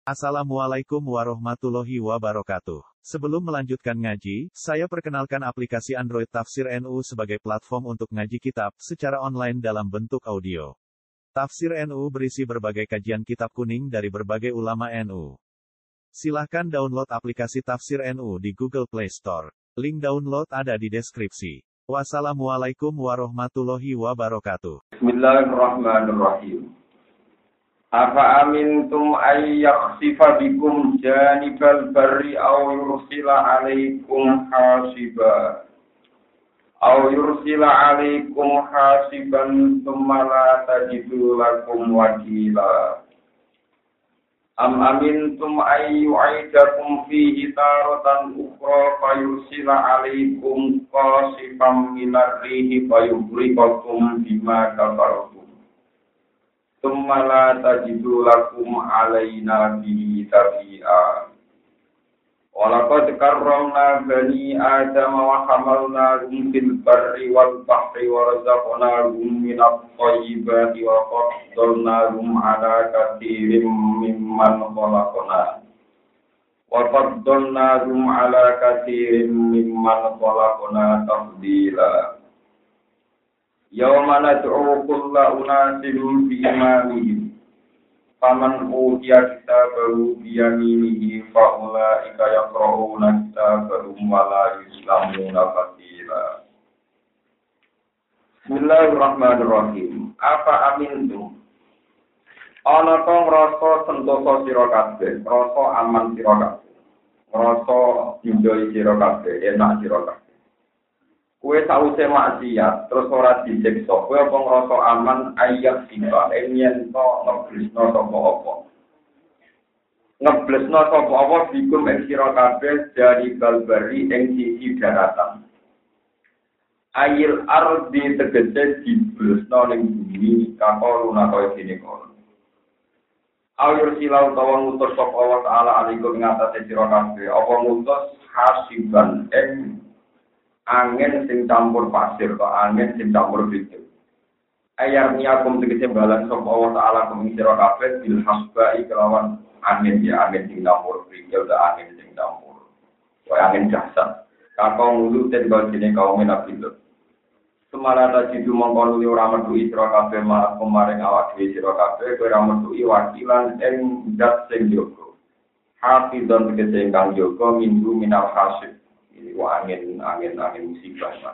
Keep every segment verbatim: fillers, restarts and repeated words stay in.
Assalamualaikum warahmatullahi wabarakatuh. Sebelum melanjutkan ngaji, saya perkenalkan aplikasi Android Tafsir N U sebagai platform untuk ngaji kitab secara online dalam bentuk audio. Tafsir N U berisi berbagai kajian kitab kuning dari berbagai ulama N U. Silahkan download aplikasi Tafsir N U di Google Play Store. Link download ada di deskripsi. Wassalamualaikum warahmatullahi wabarakatuh. Bismillahirrahmanirrahim. Afa amintum ay yakhsifa bikum janibal barri aw yursila alaikum hasiba aw yursila alaikum hasiban thumma la tajidu lakum wakila am amintum ay yu'idakum fihi taratan ukhra fayursila alaikum qasifam minar rihi fayughriqakum bima kafartum Tsumma la tajidu lakum alaina bihi tabi'a. Wa laqad karramna bani Adam wa hamalnahum fil barri wal bahri wa razaqnahum minat thayyibati wa faddalnahum ala katsirin mimman khalaqna. Wa faddalnahum ala katsirin mimman khalaqna tafdila. Yauma nad'u kulla unasin bi imamihim faman utiya kitabahu bi yaminihi fa ulaika yaqra'una kitabahum wa la yuzlamuna fatila. Bismillahirrahmanirrahim. Apa amintum? Ana to ngrasa sentosa sira kabeh, rasa aman sira kabeh. Ngrasa enjoy sira kabeh, enak sira kabeh. Kue sause maksiat terus ora disiksa, kowe apa ngrasa aman ayat sira yen to ngeblesno sapa apa. Ngeblesno sapa apa bikum ing sira kabeh dari balbari ing sisi daratan. Ayil ardi tegese diblesno ning bumi kakoluna kaya dene kono. Ayur silau utawa ngutus sapa Allah taala alaikum ing atase sira kabeh, apa ngutus hasiban ing angin sing campur pasir atau angin sing campur biji. Ayar niakum tegese balan sapa Allah taala kuming sira kabeh bil hasbai kelawan angin ya angin sing campur biji atau angin sing campur. Kaya angin dahsyat. Kakang ngulu ten bajine kaum Nabi Lut. Semarata jidu mongkon li ora metu sira kabeh marang kemaring awak dhewe sira kabeh ora metu wakilan ing zat sing jaga. Hafizon tegese ingkang jaga minggu minal hasib. Ini wa angin angin angin musibah Pak.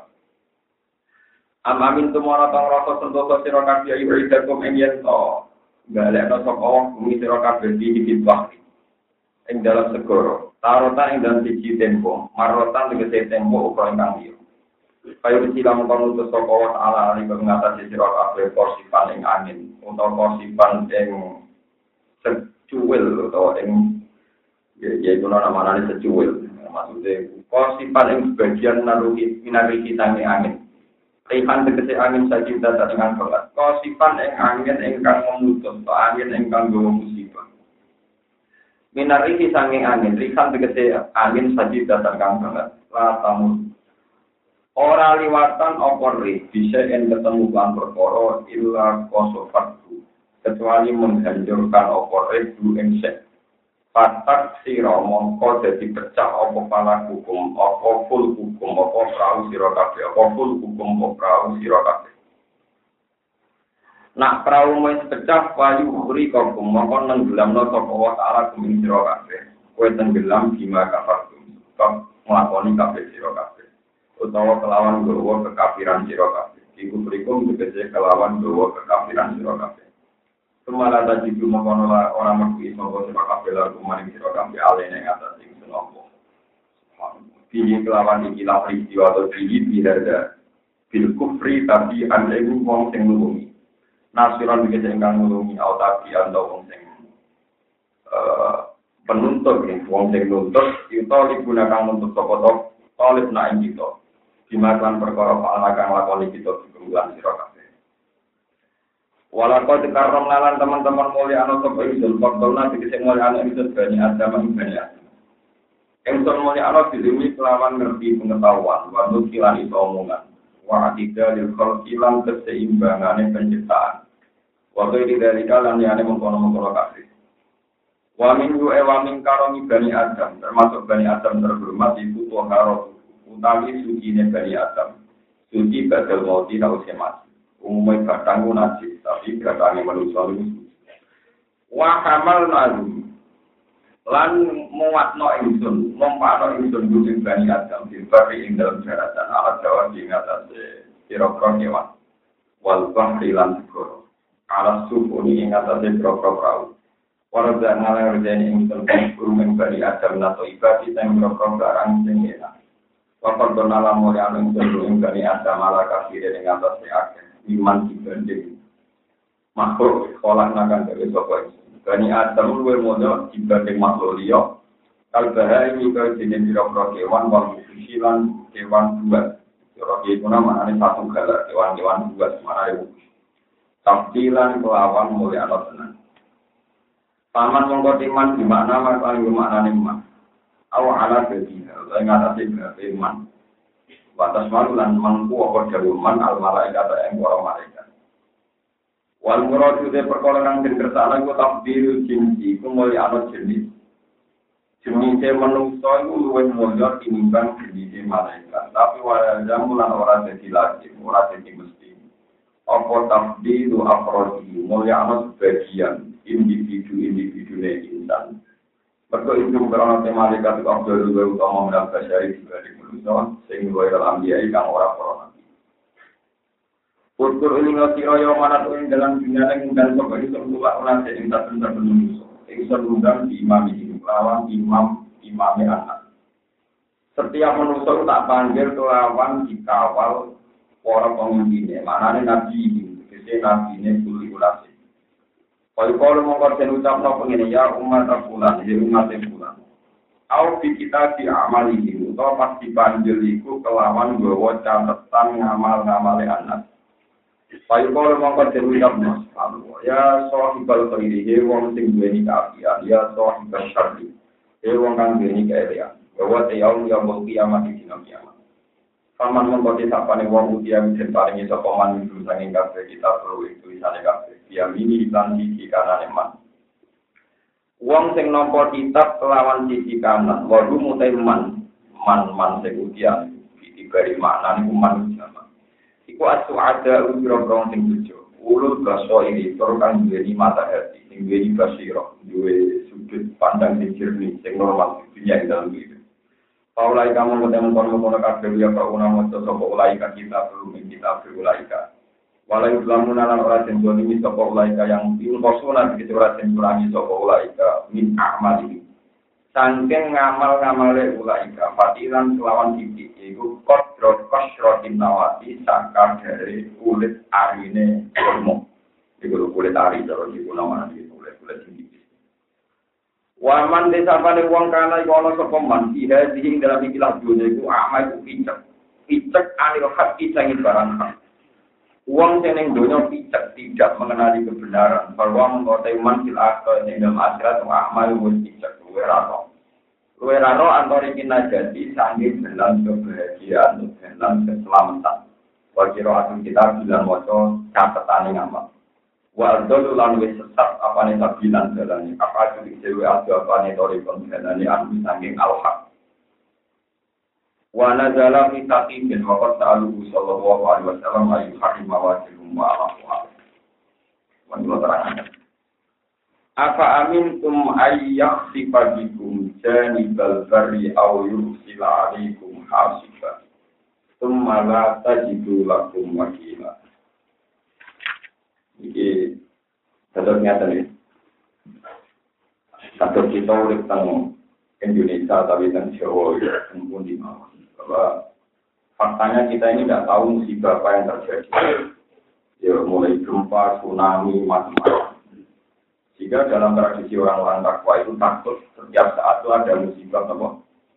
Am amin tumara tang rasa sentosa sira kabeh ayu idakum ing yen to. Galekno sapa bumi sira kabeh di dibah. Ing dalam segara. Tarotan ing dalam siji tempo, marotan tegese tempo uga ingkang liya. Kaya silang panutus sapa ala ali ngatasi sira kabeh posifan ing angin utawa posifan ing secuil utawa ing ya itu namanya secuil. Maksudnya, kosipan yang sebagian naruhi minari hitangi angin. Rihan tegesi angin saja tidak dengan berat. Kosipan yang angin engkang memutus, atau angin engkang gawa musibah. Minari hitangi angin, rihan tegesi angin saja tidak dengan berat. Latamun. Ora liwatan opori, bisa yang ketemu kan perkara illa kosofatu. Kecuali menghancurkan opori du insek. Patak sira mongko dadi pecah apa pala hukum apa full hukum apa prau sira kabeh apa full hukum apa prau sira kabeh. Nak prau wis pecah wayu uri kok mongko nenggelamno sapa wa taala kuming sira kabeh. Kowe tenggelam bima kafartum. Kok nglakoni kabeh sira kabeh. Utawa kelawan gawa kekafiran sira kabeh. Iku prikum tegese kelawan gawa kekafiran sira kabeh. Semala tadi cuma kono orang mesti sangko sebab kabel kumaring sira kabeh alene ing atas sing senompo. Pilih kelawan iki la peristiwa atau pilih bidada bil kufri tapi ane wong sing nulungi. Nasiran iki sing kang nulungi au tapi anda wong sing penuntut ing wong sing nuntut itu digunakan untuk sapa-sapa oleh nak ing kita. Dimakan perkara paalakan lakoni kita dikumpulan sira kabeh. Walakau dikarong nalan teman-teman mulia anu sapa ingsun faktorna dikese mulia anu ingsun bani Adam ing bani Adam. Ingsun mulia anu dilimi kelawan ngerti pengetahuan, waktu kilan itu omongan. Wa atida lil khalqilan keseimbangane penciptaan. Waktu iki dari kalan yang mengkono-mengkono kabeh. Wa min yu e wa min karomi Bani Adam, termasuk Bani Adam terhormat itu toharo utawi suci ne Bani Adam. Suci badal mati tau mati. Umumnya batang najis, tapi batangnya manusia itu. Wa kamal nalu lan muwatno ingsun, mompano ingsun kudu Bani Adam dibari ing dalam daratan alat Jawa di ngatasé pira-pira kewan. Wal bahri lan segoro. Alas sufuni ing ngatasé pira-pira prau. Warga ngalir dene ingsun kurung Bani Adam nato ibadi sing pira-pira barang sing enak. Waktu donalam mulai anu ingsun Bani Adam ala kafir ing ngatasé akeh iman dibanding makhluk sekolah nakan dari sapa Bani Adam luwih modal dibanding makhluk liya. Kalbahari ini kaya jenis pira-pira kewan wal fisilan kewan buas. Cara iki namane satu galar kewan-kewan buas marane. Tampilan kelawan mulai ana tenan. Paman mongko timan di makna makna maknane iman. Aw ala dadi lan ngatasi iman. Batas malulan mangku apa jaluman al malaikat ing para malaikat. Wal muradu de perkara kang den kersane ku takdir jinji ku mulya ana jenis. Jenis manungsa iku luwih mulya tinimbang jenis malaikat. Tapi wala jamulan ora dadi lagi, ora dadi mesti. Apa takdiru afrodi mulya ana sebagian individu-individune insan. Mergo itu karena malaikat itu abdul luwih utama menambah syari dibanding manusia sing luwih dalam dia kang ora para nabi. Utur ini ngasih yo manat ing dalam dunia ing dan kok iso kula ora sing tak bener manusia. Iso undang di imam iki lawan imam imame anak. Setiap manusia tak panggil lawan dikawal para pemimpinnya. Manane nabi iki, kese nabine kulo ulasi. Kalau mongkot dan ucapno pengene ya umat bulan, ya umat bulan. Au bi kita di amal ini, atau pas dipanggil iku kelawan gawa catatan ngamal-ngamale anak. Kalau mongkot dan ucapno, ya sohibal khairi, wong sing duweni kaapian, ya sohibal syarri, wong kang duweni kaelian. Bahwa yaum yaumul kiamat di dina kiamat. Paman mongkot sapane wong utia misen paringi sapa man itu sanging kabeh kita perlu itu isane kabeh. Ya mini lan sisi kanan eman. Wong sing nampa kitab kelawan sisi kanan, waru mutai man, man man sing utia dibari makna niku manusia. Iku asu ada ujro-ujro sing tujuh. Ulul baso ini kang duweni mata hati, sing duweni basira, duwe sudut pandang sing jernih, sing normal dunia ing dalam hidup. Paulai kamu ketemu kono-kono kabeh ya kok ana maca sapa ulaika kita perlu kita berulaika. Walau lamun lan ora den doni sapa ulaika yang ingkosuna begitu ora den kurangi sapa ulaika min amal ini. Sangking ngamal-ngamale ulaika fatilan kelawan titik iku kodro kosrotin nawati saka dari kulit arine kurma. Iku kulit ari karo iku namane kulit-kulit tinggi. Waman desa pada wong kana iku ana sapa man iya sing dalam ikilah dunya iku amal iku picek. Picek anil hak sing barang hak. Wong sing ning donya picek tidak mengenali kebenaran, bahwa mengkotai man fil akhir ing dalam akhirat wa amal wis picek luwe raro. Luwe raro antara kita jadi sanggih dalam kebahagiaan dalam keselamatan. Wakira akan kita bilang waca catatan ing amal. Wa adzul lan wis sesat apane sabilan dalane apa iki dhewe adzul apane tori kon dalane anu saking al-haq wa nazala fi taqibin wa qad ta'alu sallallahu alaihi wasallam ayu hakim mawajibum wa ala wa terangkan apa amintum ayyakhsifa bikum janibal barri aw yursila alaikum hasiba thumma la tajidu lakum wakila. Iki tetap nyata nih. Satu kita urip teng Indonesia tapi teng Jawa ya pun di bawah. Bahwa faktanya kita ini tidak tahu musibah apa yang terjadi. Ya mulai gempa, tsunami, macam-macam. Jika dalam tradisi orang-orang takwa itu takut setiap saat itu ada musibah apa?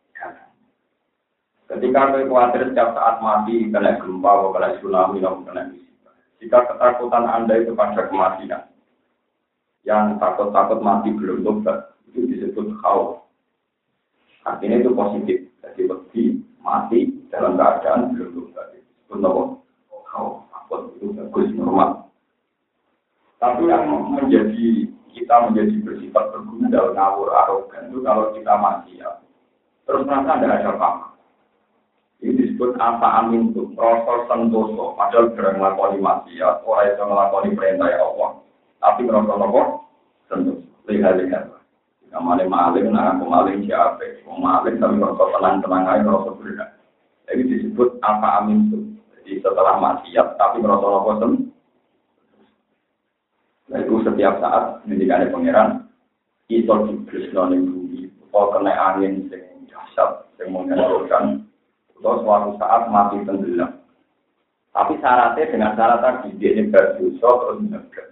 Ketika kita khawatir setiap saat mati kena gempa, atau kena tsunami, atau kena musibah. Jika ketakutan Anda itu pada kematian, yang takut-takut mati belum tobat, itu disebut khauf. Artinya itu positif. Jadi mati, mati dalam keadaan belum tobat. Itu apa? Khauf. Takut itu bagus, normal. Tapi yang menjadi kita menjadi bersifat bergundal, ngawur, arogan itu kalau kita maksiat. Terus merasa tidak ada apa-apa. Ini disebut apa amin itu, rasa sentoso. Padahal barang melakoni maksiat, orang itu melakoni perintah Allah. Tapi merasa apa? Sentoso. Lihat-lihat. Yang maling-maling, nah aku maling siapa? Aku maling tapi merasa tenang-tenang aja, merasa berat. Ini disebut apa amin itu. Jadi setelah maksiat, tapi merasa apa? Sentoso. Nah itu setiap saat ketika ada pangeran iso dibris ning bumi atau kena angin sing dahsyat sing menghancurkan atau suatu saat mati tenggelam. Tapi syaratnya dengan syarat tadi dia nyebar dosa terus menegak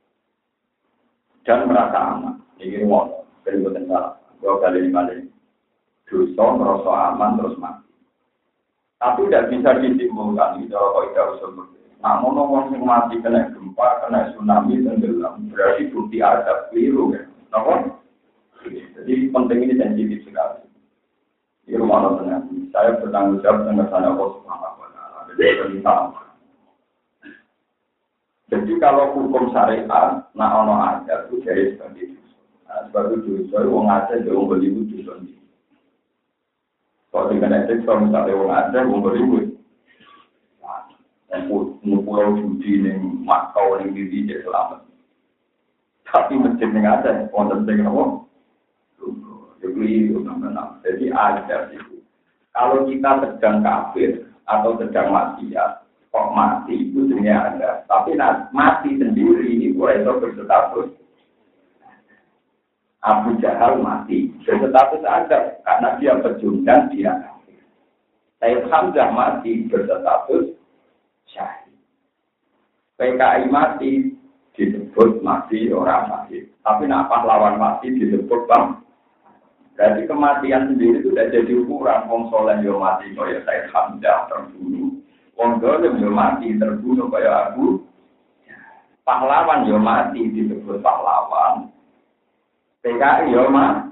dan merasa aman. Ini mau berikutnya salah. Dua kali lima kali dosa merasa aman terus mati. Tapi tidak bisa disimpulkan itu kalau tidak usul. Namun orang yang mati kena gempa, kena tsunami, tenggelam, berarti bukti ada keliru ya. Kenapa? Jadi penting ini sensitif sekali. Di rumah tengah, saya bertanggung jawab dengan sana Allah Subhanahu wa Taala. Jadi kalau hukum syariat, nah ono ada itu dari seperti itu. Nah, sebab itu saya orang ada yang beli itu sendiri. Kalau dengan itu kalau misalnya orang ada yang beli pulau judi yang makau yang diri dia selamat. Tapi masjid yang ada, wonten sing apa? Jadi jadi ada itu. Kalau kita sedang kafir atau sedang maksiat, kok mati itu sebenarnya ada. Tapi mati sendiri itu itu berstatus Abu Jahal mati, berstatus ada karena dia pecundang dia kafir. Sayyid Hamzah mati berstatus syahid. P K I mati disebut mati orang mati. Tapi nak pahlawan mati disebut bang. Jadi kematian sendiri itu sudah jadi ukuran. Wong soleh yo mati kaya Sayyid Hamzah terbunuh. Wong dolim yo mati terbunuh kaya Abu. Pahlawan yo mati disebut pahlawan. P K I yo mati.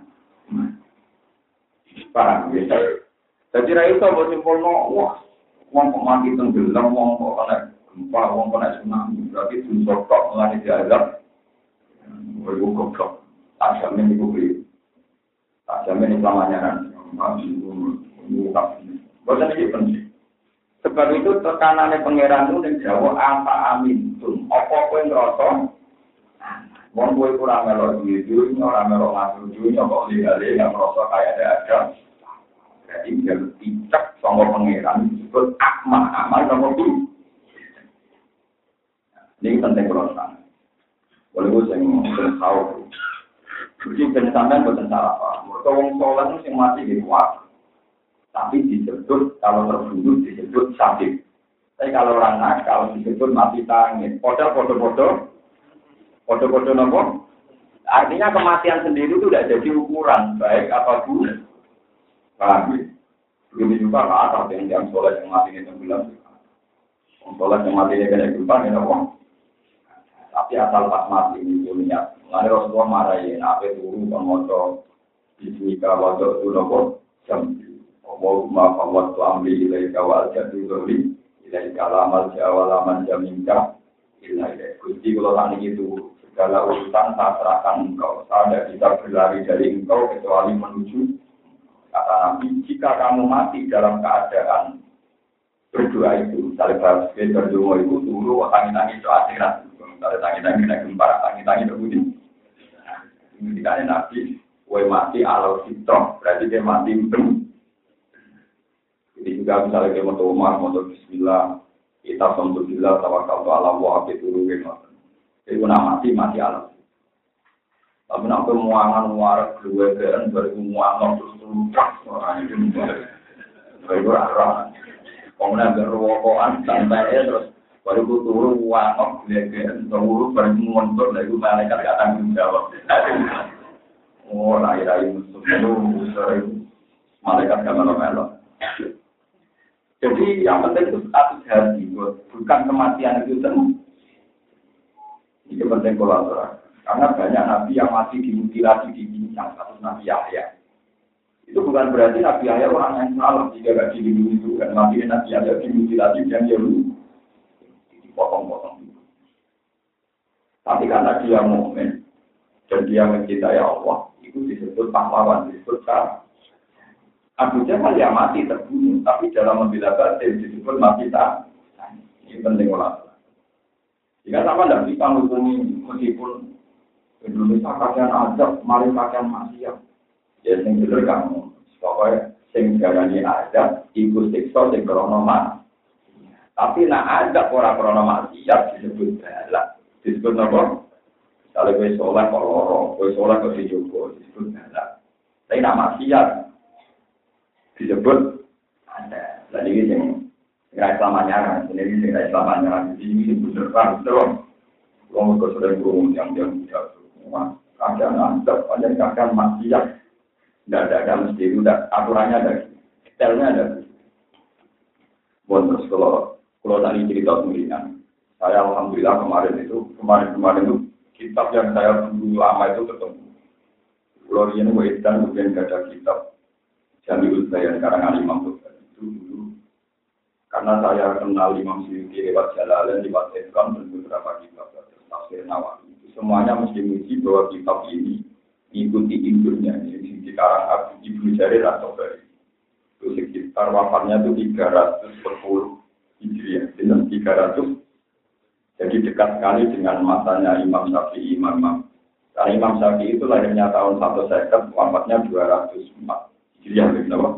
Paham ya? Jadi ra iso mbok simpulno wah wong kok mati tenggelam wong kok kena gempa, wong kena tsunami, berarti dosa kok mulai diazab. Iku kok tak jamin iku kuwi. Tak jamin selamanya kan. Bosan iki penting. Sebab itu tekanane pangeran itu ning Jawa apa amin tun. Apa kowe ngrasa wong kowe ora melok duwe ora melok ngatur duwe kok liyane gak ngrasa kaya ada. Jadi dia tidak sama pangeran disebut akmal amal nomor dua. Ini penting berusaha. Walaupun saya ingin tahu, jadi pensampean bukan salah apa. Mereka orang soleh itu yang mati di kuat, tapi disebut kalau terbunuh disebut sakit. Tapi kalau orang nakal disebut mati tangis. Podo podo podo, podo podo nopo. Artinya kematian sendiri itu tidak jadi ukuran baik apa buruk. Paham ya? Begitu juga lah ada yang yang soleh yang mati di tenggelam. Soleh yang mati di kena gempa ini apa? Tapi asal pas mati ini niat. Lalu Rasulullah marahin apa dulu pemotor bismika wadok itu nopo jam. Mau maaf waktu ambil ilai kawal jatuh doli ilai kalamal jawalaman jaminka ilai gusti kalau tadi itu segala urusan tak serahkan engkau. Saya tidak berlari dari engkau kecuali menuju. Kata Nabi, jika kamu mati dalam keadaan berdoa itu, misalnya bahas berdoa itu dulu, tangi-tangi itu akhirat. Misalnya tangi-tangi naik gempa, tangi-tangi itu bunyi. Ini dikatakan Nabi, kue mati alau fitrah, berarti dia mati belum. Jadi juga misalnya dia moto umar, moto bismillah, kita alhamdulillah, tawakal tu ala wa abid ulu, jadi guna mati, mati alau. Tapi nak kemuangan muarak dua kan baru muangan terus terus orang itu baru arah. Kemudian berwokoan santai terus baru turun muangan dua kan turun baru mundur lagi malaikat tak tanggung jawab. Oh rai-rai musuh itu malaikat kan melo. Jadi yang penting itu status hati, bukan kematian itu sendiri. Ini penting kolaborasi. Karena banyak nabi yang mati dimutilasi di bincang, status Nabi Yahya. Itu bukan berarti Nabi Yahya orang yang salah jika tidak dilindungi itu. Dan mati Nabi Yahya dimutilasi dan dia dipotong-potong. Tapi karena dia mukmin dan dia mencintai Allah, itu disebut pahlawan, disebut sah. Abu Jahal ya mati terbunuh, tapi dalam membela batil disebut mati tak. Ini penting ulama. Jika sama tidak bisa menghukumi meskipun Indonesia kakek azab, mari kakek maksiat. Ya sing bener kamu. Pokoknya sing garani azab ikut siksa sing krana mak. Tapi nak azab ora krana maksiat disebut balak. Disebut apa? Kalau kowe saleh kok loro, kowe saleh kok dijogo disebut balak. Tapi nak maksiat disebut ada. Lah iki sing Nggak selamanya, ini nggak selamanya. Ini bener kan, terus. Kalau mereka sudah berumur yang dia tidak semua, kadang ada, kadang kadang maksiat. Tidak ada, ada mesti itu, aturannya ada, detailnya ada. Bon, terus kalau kalau tadi cerita sendirian, saya alhamdulillah kemarin itu, kemarin-kemarin itu kitab yang saya dulu lama itu ketemu. Kalau ini Wedan kemudian ada kitab Jamiul Bayan karangan Imam Bukhari itu dulu. Karena saya kenal Imam Suyuti lewat Jalalain, lewat Edkam, dan beberapa kitab tafsir Nawawi. Semuanya mesti menguji bahwa kitab ini ikuti induknya. Ini sekarang Abu Ibnu Jarir atau Bari. Itu sekitar wafatnya itu tiga ratus sepuluh Hijriah. Dengan tiga ratus. Jadi dekat sekali dengan masanya Imam Syafi'i, Imam Imam. Karena Imam Syafi'i itu lahirnya tahun seratus seket, wafatnya dua ratus empat Hijriah. Benar.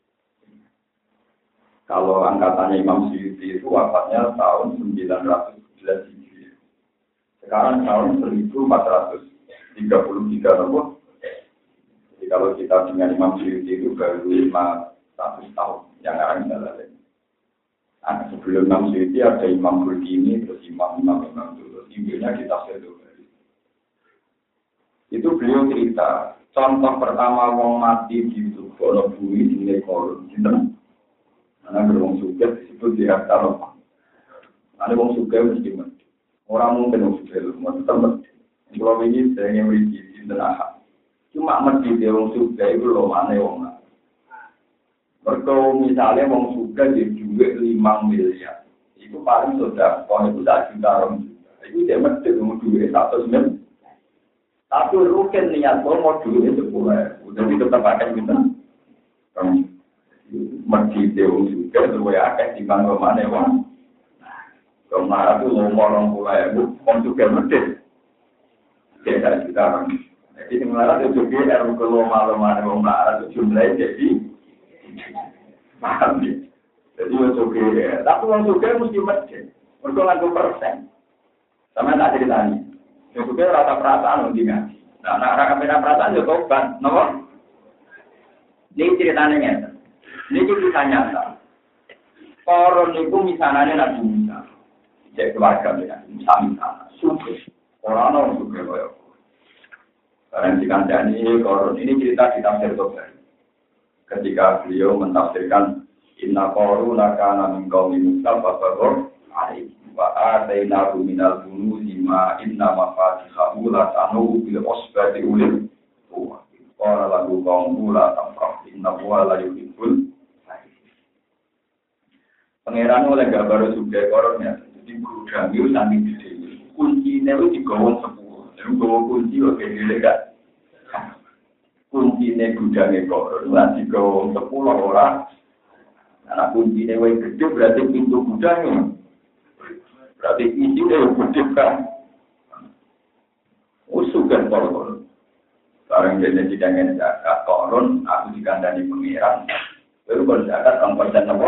Kalau angkatannya Imam Suyuti itu wafatnya tahun sembilan ratus sebelas Hijriah. Sekarang tahun seribu empat ratus tiga puluh tiga nomor. Jadi kalau kita dengan Imam Suyuti itu baru lima ratus tahun yang akan kita lalui. Nah, sebelum Imam Suyuti ada Imam Burkini, terus Imam-Imam Imam terus ibunya kita sedang. Itu beliau cerita, contoh pertama wong mati di Bono Bumi di Nekorun, gitu. Karena berwong suka disebut di harta roh. Ada wong suka mesti mati. Orang mungkin wong suka lu, mau tetap mati. Kalau ini saya ingin beri di neraka. Cuma mati dia wong suka itu lo mana wong mana. Kalau misalnya wong suka dia juga lima miliar, itu paling sudah kalau itu tak juta orang. Itu dia mati wong duit satu sembilan. Tapi rugen niat mau duit sepuluh. Jadi tetap akan kita. Masjid Dewa juga sesuai akeh di bangga mana wong. Kemarin itu nomor orang mulai itu orang juga masjid. Tidak kita. Jadi kemarin itu juga orang kalau malam mana wong marah itu jumlahnya jadi paham ya. Jadi orang juga. Tapi orang juga mesti masjid. Mereka langsung persen. Sama tak ceritanya. Yang juga rata perasaan untuk ngaji. Nah, nak rata perasaan ya tobat, nomor. Ini ceritanya. Ini kita nyata. Koron itu misalnya Nabi Musa. Jadi keluarga dia, misalnya. Suka. Orang-orang suka. Karena dikandang ini, koron ini cerita di tafsir Tobari. Ketika beliau mentafsirkan Inna koruna kana min qawmi Musa fasador alaih. Wa atainahu minal bunuzi ma inna mafatihahu la tanu bil osbati ulim. Qala lagu qawmu la tamrah inna huwa la yuhibbul. Pangeran oleh gambar juga koronnya, jadi gudang itu sambil gede. Kuncinya itu digawang sepuluh, jadi gawang kunci oke dekat. Kuncinya gudangnya koron, nanti digawang sepuluh orang. Karena kuncinya yang gede berarti pintu gudangnya, berarti isi dia gede kan. Usul kan koron. Sekarang jadi jadinya zakat koron, aku dikandani pangeran. Baru kalau zakat orang persen nomor.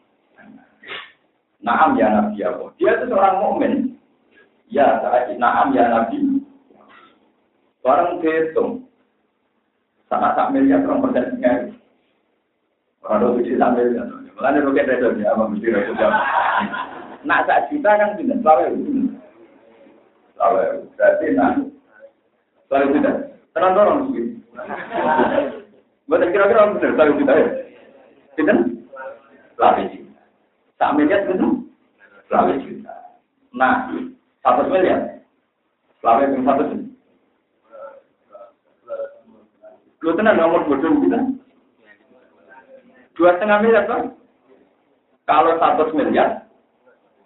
Naam ya Nabi Allah. Dia itu seorang mukmin. Ya, saat naam ya Nabi. Orang hitung. Sangat-sangat miliar orang persen tinggal. Orang itu sampai miliar. Mulanya roket redor ya, apa mesti redor jam. Nak saat juta kan tidak selalu itu. Selalu. Berarti nak. Selalu tidak. Tenang dorong mungkin. Buat kira-kira benar selalu juta ya. Tidak? Selalu. Tak miliar itu selawe juta. Nah, satu miliar selawe itu satu juta. Lu tenang nomor bodoh kita. Dua setengah miliar kan? Kalau satu miliar,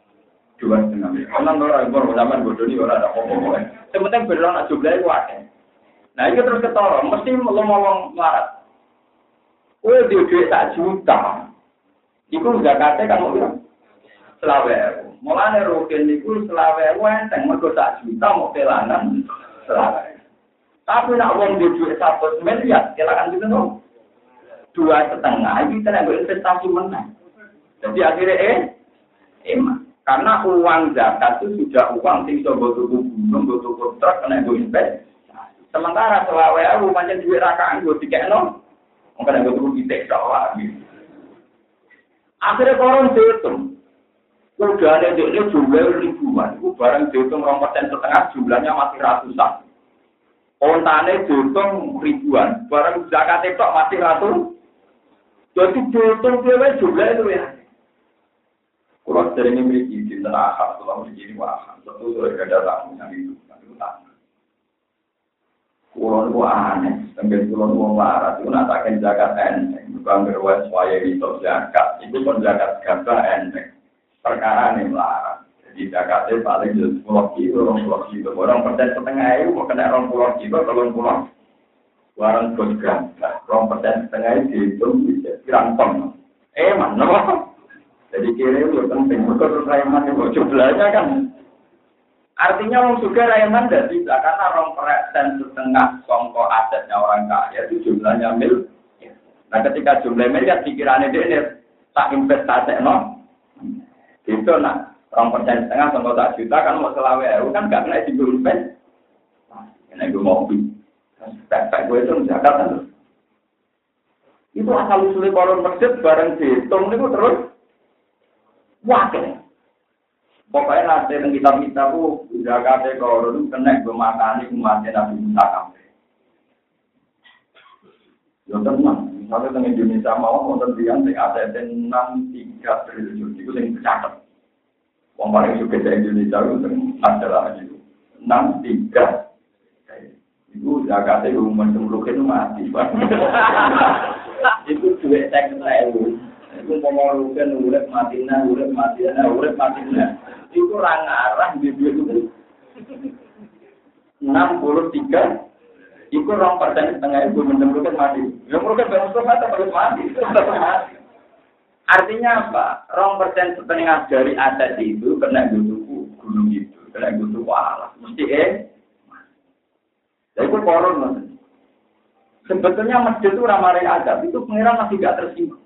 dua setengah miliar. Karena orang orang zaman bodoh ini orang ada ngomong-ngomong. Sebenarnya berlalu jumlahnya kuat. Nah itu terus ketara, mesti ngomong melarat. Kowe duwe sak juta. Iku zakate kan mau bilang selawe. Mulane rugen niku selawe enteng mergo sak juta mau pelanan selawe. Tapi nak wong duwe satu miliar, kira-kira gitu no. Dua setengah itu kita nggak investasi menang. Jadi akhirnya eh, emang karena uang zakat itu sudah uang sing iso tuku gunung, tuku truk, kena investasi. Sementara selawe aku pancen duwe rakaan go dikekno. Mungkin aku tuh kita salah gitu. Akhirnya koron dihitung. Udah ada dia jumlah ribuan. Itu barang dihitung orang persen setengah jumlahnya masih ratusan. Ontane dihitung ribuan. Barang zakat itu masih ratus. Jadi dihitung dia jumlah itu ya. Kalau sering memiliki di tanah akar, kalau begini wah, tentu sudah ada tamu yang itu, tapi utama. Kulon itu aneh, sambil kulon itu marah, itu natakan zakat enteng, bukan berwes waya itu zakat, itu pun zakat gabah enteng, perkara ini melarang. Jadi zakatnya paling jelas sepuluh kilo, sepuluh kilo, orang persen setengah itu mau kena orang puluh kilo, kalau pulang, warang bos gabah, orang persen setengah itu dihitung bisa pirang ton. Eh mana? Jadi kira itu penting, betul terus raiman itu jumlahnya kan. Artinya orang juga raiman tidak bisa karena orang persen setengah songko asetnya orang kaya itu jumlahnya mil. Nah ketika jumlah miliar pikirannya dia ini tak investasi no, itu nah orang persen setengah songko tak juta kan mau selawe itu kan nggak kena di invest. Ini gue mau beli, pek gue itu zakat kan. Itu asal usulnya koron masjid bareng dihitung itu terus wakil. Pokoknya nanti yang kita-kita itu zakatnya kalau itu kena bermakani umatnya Nabi Musa sampai. Ya tenang, misalnya di Indonesia mau nonton dia yang ada enam tiga triliun itu yang tercatat. Yang paling suka di Indonesia itu adalah itu enam tiga. Itu zakatnya mencemplungkan mati. Itu duit seks itu. Itu pemorukan urip matina, urip matina, urip matina. Itu orang arah di duit itu. enam puluh tiga. Itu orang persen setengah itu mencemplungkan mati. Yang merupakan bangsa mati terus mati. Artinya apa? Orang persen setengah dari aset itu kena gusuku gunung itu, kena gusuku alas. Mesti eh. Jadi itu koron mas. Sebetulnya masjid itu ramarin adab itu pengiran masih tidak tersinggung.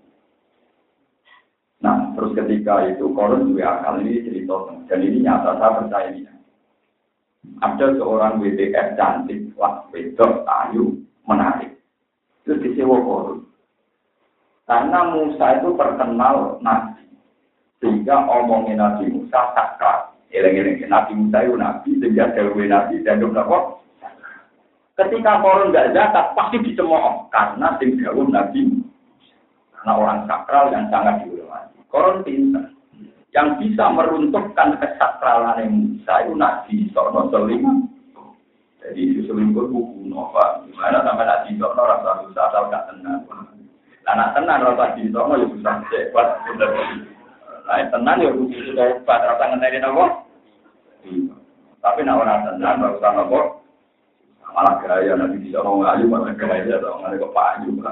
Nah, terus ketika itu koron juga akal ini cerita dan ini nyata saya percaya ini. Ada seorang W T F cantik, wah wedok, ayu, menarik. Terus disewa koron. Karena Musa itu terkenal nabi, sehingga omongin Nabi Musa sakral. Eleng-eleng Nabi Musa itu nabi, sehingga dewe nabi dan dong kok. Ketika koron nggak zakat pasti dicemooh karena sing jauh nabi, karena orang sakral yang sangat dihormati. Koron pintar, yang bisa meruntuhkan kesakralan Musa itu nabi Sono Seling. Jadi selingkuh buku nova, gimana sampai nabi Sono rasa susah atau nggak tenang. Anak tenang rasa di Sono ya susah cepat. Nah tenang ya buku sudah cepat rasa ngenterin apa? Tapi nak orang tenang rasa apa? Malah gaya nanti bisa ngomong ayu, malah gaya atau nggak ada kepayu kan.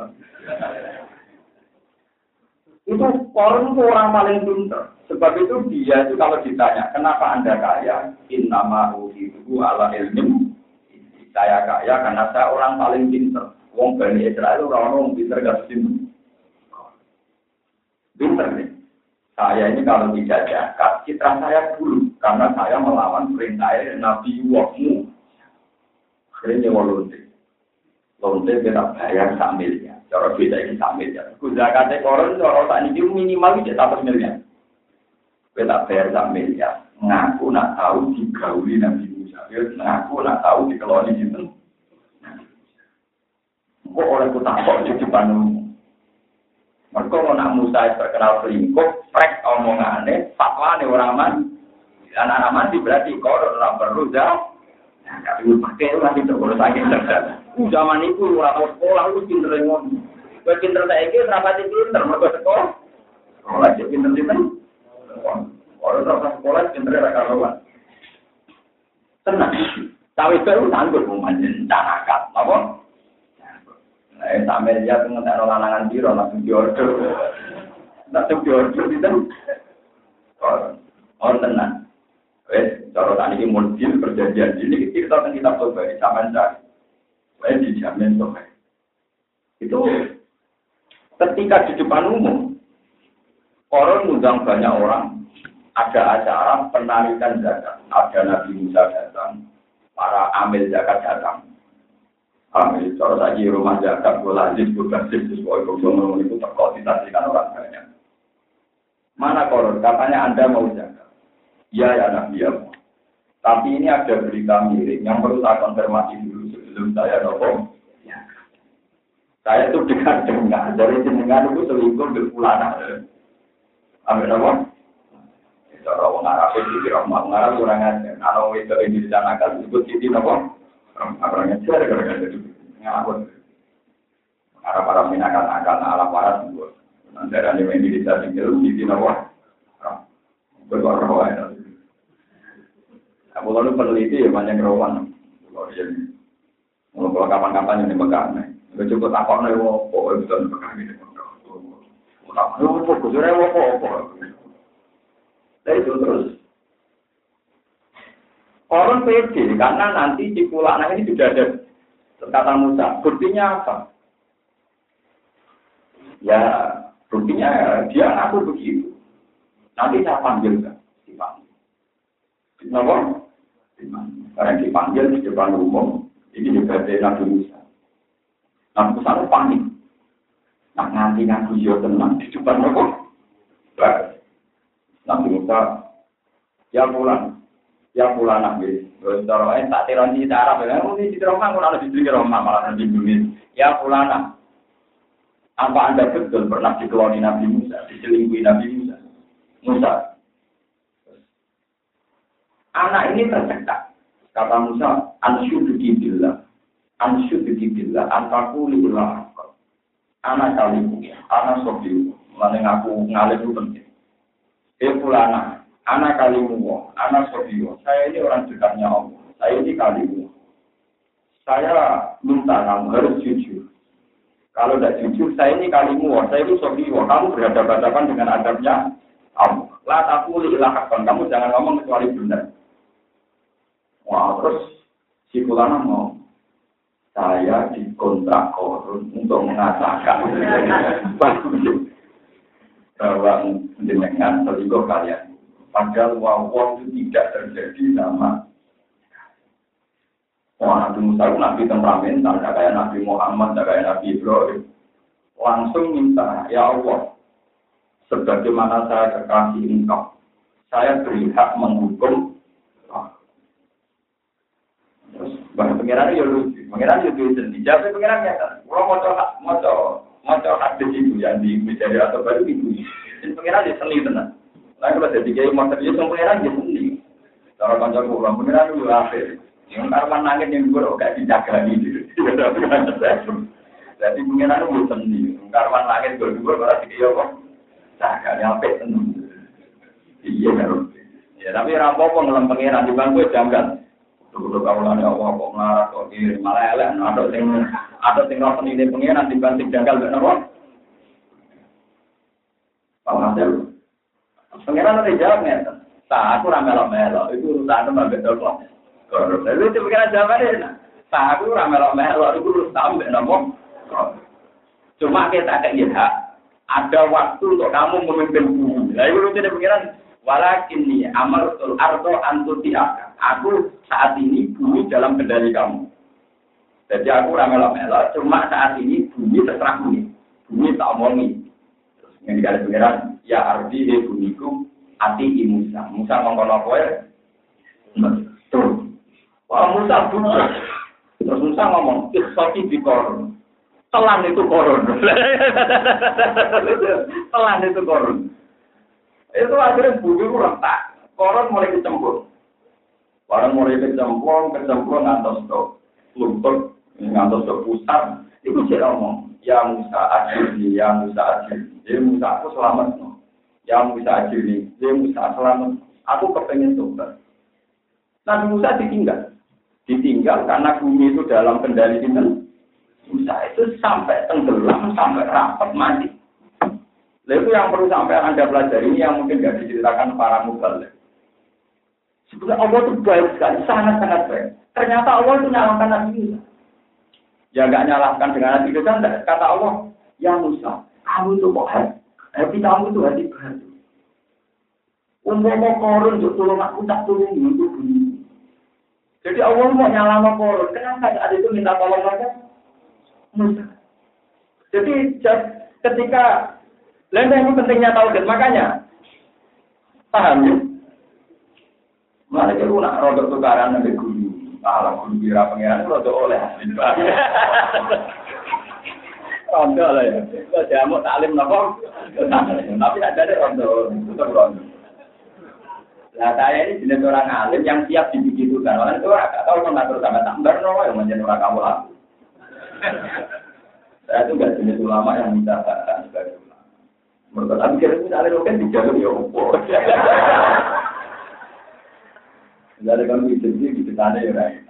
Itu koron itu orang paling pintar. Sebab itu dia itu kalau ditanya, kenapa anda kaya? Innama itu ala ilmin. Saya kaya karena saya orang paling pintar. Wong Bani Israel orang-orang pintar gak pintar. Pintar nih. Saya ini kalau tidak zakat, citra saya dulu karena saya melawan perintah Nabi Wahmu. Akhirnya nyewa lonte. Lonte kita bayar sak miliar. Cara beda ini sak miliar. Zakatnya koron, cara tak ini minimal itu satu miliar. Kita bayar sak miliar. Ngaku nak tahu digauli Nabi Musa. Ngaku nak tahu dikeloni itu. Kok oleh ku takut di depan umum. Mereka nak Musa terkenal selingkuh, prek omongannya, fatwa nih orang man. Anak-anak mandi berarti koron orang perlu jauh. Nah, tapi pakai itu nanti terus lagi cerdas. Uh, zaman itu orang sekolah itu pinter ngomong. Kau pinter tak ikut, rapati pinter, mereka sekolah. Sekolah aja pinter pinter. Orang orang sekolah pinter ada karuan. Tenang. Cawe baru sanggup memanjen canakan, apa? Eh, sampai dia pengen lanangan biro langsung diorder, langsung diorder itu. Oh, oh tenang. Wes, cara tadi modul perjanjian ini kita akan kita coba di zaman saya. Wes dijamin coba. Itu ketika di depan umum, orang mengundang banyak orang, ada acara penarikan zakat, ada Nabi Musa datang. Para amil zakat datang. Amil, kalau lagi rumah zakat, bolazis, berbasis, sesuai kosong itu terkoordinasikan orang banyak. Mana koron? Katanya Anda mau zakat. Ya, ya Nabi ya. Tapi ini ada berita miring yang perlu saya konfirmasi dulu sebelum saya ngomong. Ya. Saya itu dengar-dengar, dari jenengan itu selingkuh berpulana. Ambil apa? Cara orang Arab itu di Rahmat Arab orang aja. Kalau itu ini dicanangkan disebut siti apa? Orang aja ada kerja itu. Ngapun. Arab-Arab ini akan akan alam waras itu. Nanti ada yang di desa tinggal siti apa? Berkorban apa? Aku lalu peneliti ya banyak rawan. Kalau dia kalau kapan-kapan yang dipegang, nggak cukup takut nih, wah, kok itu dipegang ini. Mau tahu, kok kusurnya wah, kok. Saya itu terus. Orang pede karena nanti di pulau anak ini sudah ada kata Musa. Buktinya apa? Ya, buktinya dia ngaku begitu. Nanti saya panggil kan, dipanggil. Kenapa? Dipanggil. Karena dipanggil di depan umum, ini juga Nabi Musa. Nabi Musa itu panik. Nah, nanti ngaku dia tenang di depan umum. Baik. Nabi Musa, ya pulang, ya pulang Nabi. Terus kalau eh tak teron di Arab, ya mungkin di Roma, kalau di sini Roma malah di Indonesia. Ya pulang, apa anda betul pernah dikeloni Nabi Musa, diselingkuhi Nabi Musa? Musa, anak ini tercekat. Kata Musa, ansyuduki billah, ansyuduki billah, antaku liullah. Anak kalimu, anak sobiu, mana ngaku ngalih itu penting. Eh pulana, anak kalimu, anak sobiyo. Saya ini orang dekatnya Allah. Saya ini kalimu. Saya minta kamu harus jujur. Kalau tidak jujur, saya ini kalimu. Saya ini sobiyo. Kamu berhadapan-hadapan dengan adabnya Allah. La takuli ilahakon. Kamu jangan ngomong kecuali benar. Wah, terus si pulana mau. Saya dikontrak korun untuk mengatakan. Bahwa dengan selingkuh kalian. Padahal wawon itu tidak terjadi sama. Wah, Nabi Musa itu Nabi temperamental, tidak kayak Nabi Muhammad, tidak kayak Nabi Ibrahim. Langsung minta, ya Allah, sebagaimana saya kekasih engkau, saya berhak menghukum. Terus, bahkan pengirannya ya lucu, pengirannya itu sendiri. Jadi pengirannya kan, kalau mau coba, mau coba. Macam hadis itu yang di mencari atau baru itu, jadi pengiran dia seni tenang. Nah kalau jadi kayak motor dia sama pengiran dia seni. Cara panjang orang pengiran itu apa? Yang karman nangis yang buruk kayak dijaga gitu. Jadi pengiran itu seni. Karman nangis berdua berarti dia kok jaga nyampe tenang. Iya kan? Ya tapi rampok pengelam pengiran di bangku janggal. Dulu kaulan ya Allah kok ngarah kok kiri malah elek ada sing ada sing rosen ini pengiran dibanting janggal ben apa? Alhamdulillah. Pengiran ada jawab ngeten. Sa aku ora melok-melok itu urusan mbek kok. Kalau itu pengiran jawab ini. Sa aku ora melok-melok itu urusan mbek nopo. Cuma kita kayak hak ada waktu untuk kamu memimpin bumi. Lah itu jadi pengiran walakinni amartul ardo antutiaka. Aku saat ini bumi dalam kendali kamu. Jadi aku ramelok-melok, cuma saat ini bumi terserah bumi. Bumi tak omongi. Terus yang dikali pengiran, ya ardi he bumiku ati i Musa. Musa ngomong apa ya? Betul. Wah Musa buka. Terus Musa ngomong, ikhsati di koron. Telan itu koron. Telan itu koron. Itu akhirnya bumi itu retak. Koron mulai kecemplung. Orang mulai kecemplung, kecemplung ngantos ke lutut, ngantos ke pusat. Itu dia ngomong, ya Musa ajirni, ya Musa ajirni. Ya Musa aku selamat. Ya Musa ajirni, ya Musa selamat. Aku kepengen tobat. Nabi Musa ditinggal. Ditinggal karena bumi itu dalam kendali kita. Musa itu sampai tenggelam, sampai rapat mati. Lalu yang perlu sampai Anda pelajari ini yang mungkin tidak diceritakan para mubalik. Sebenarnya Allah itu baik sekali, sangat-sangat baik. Ternyata Allah itu nyalahkan Nabi Musa. Ya nggak nyalahkan dengan Nabi Musa, kata Allah, ya Musa, kamu itu kok hati, hati kamu itu hati batu. Umpama korun untuk tolong aku tak tolong itu bunyi. Jadi Allah mau nyalahkan korun, kenapa saat itu minta tolong saja? Musa. Jadi ketika lainnya ini pentingnya tauhid, makanya paham ya? Mana kita nak rodok tukaran dengan guru, alam guru kira pengiran rodok oleh. Rodok lah ya, kalau jamu taklim nopo, tapi ada deh rodok, rodok rodok. Nah saya ini jenis orang alim yang siap dibegitukan, orang itu agak tahu mengatur sama tambar nopo yang menjadi orang kamu lah. Saya itu nggak jenis ulama yang minta bahkan sebagai ulama. Menurut tapi kira kita alim kan dijalur ya opo. Jadi kan bisa jadi kita ada ya, right?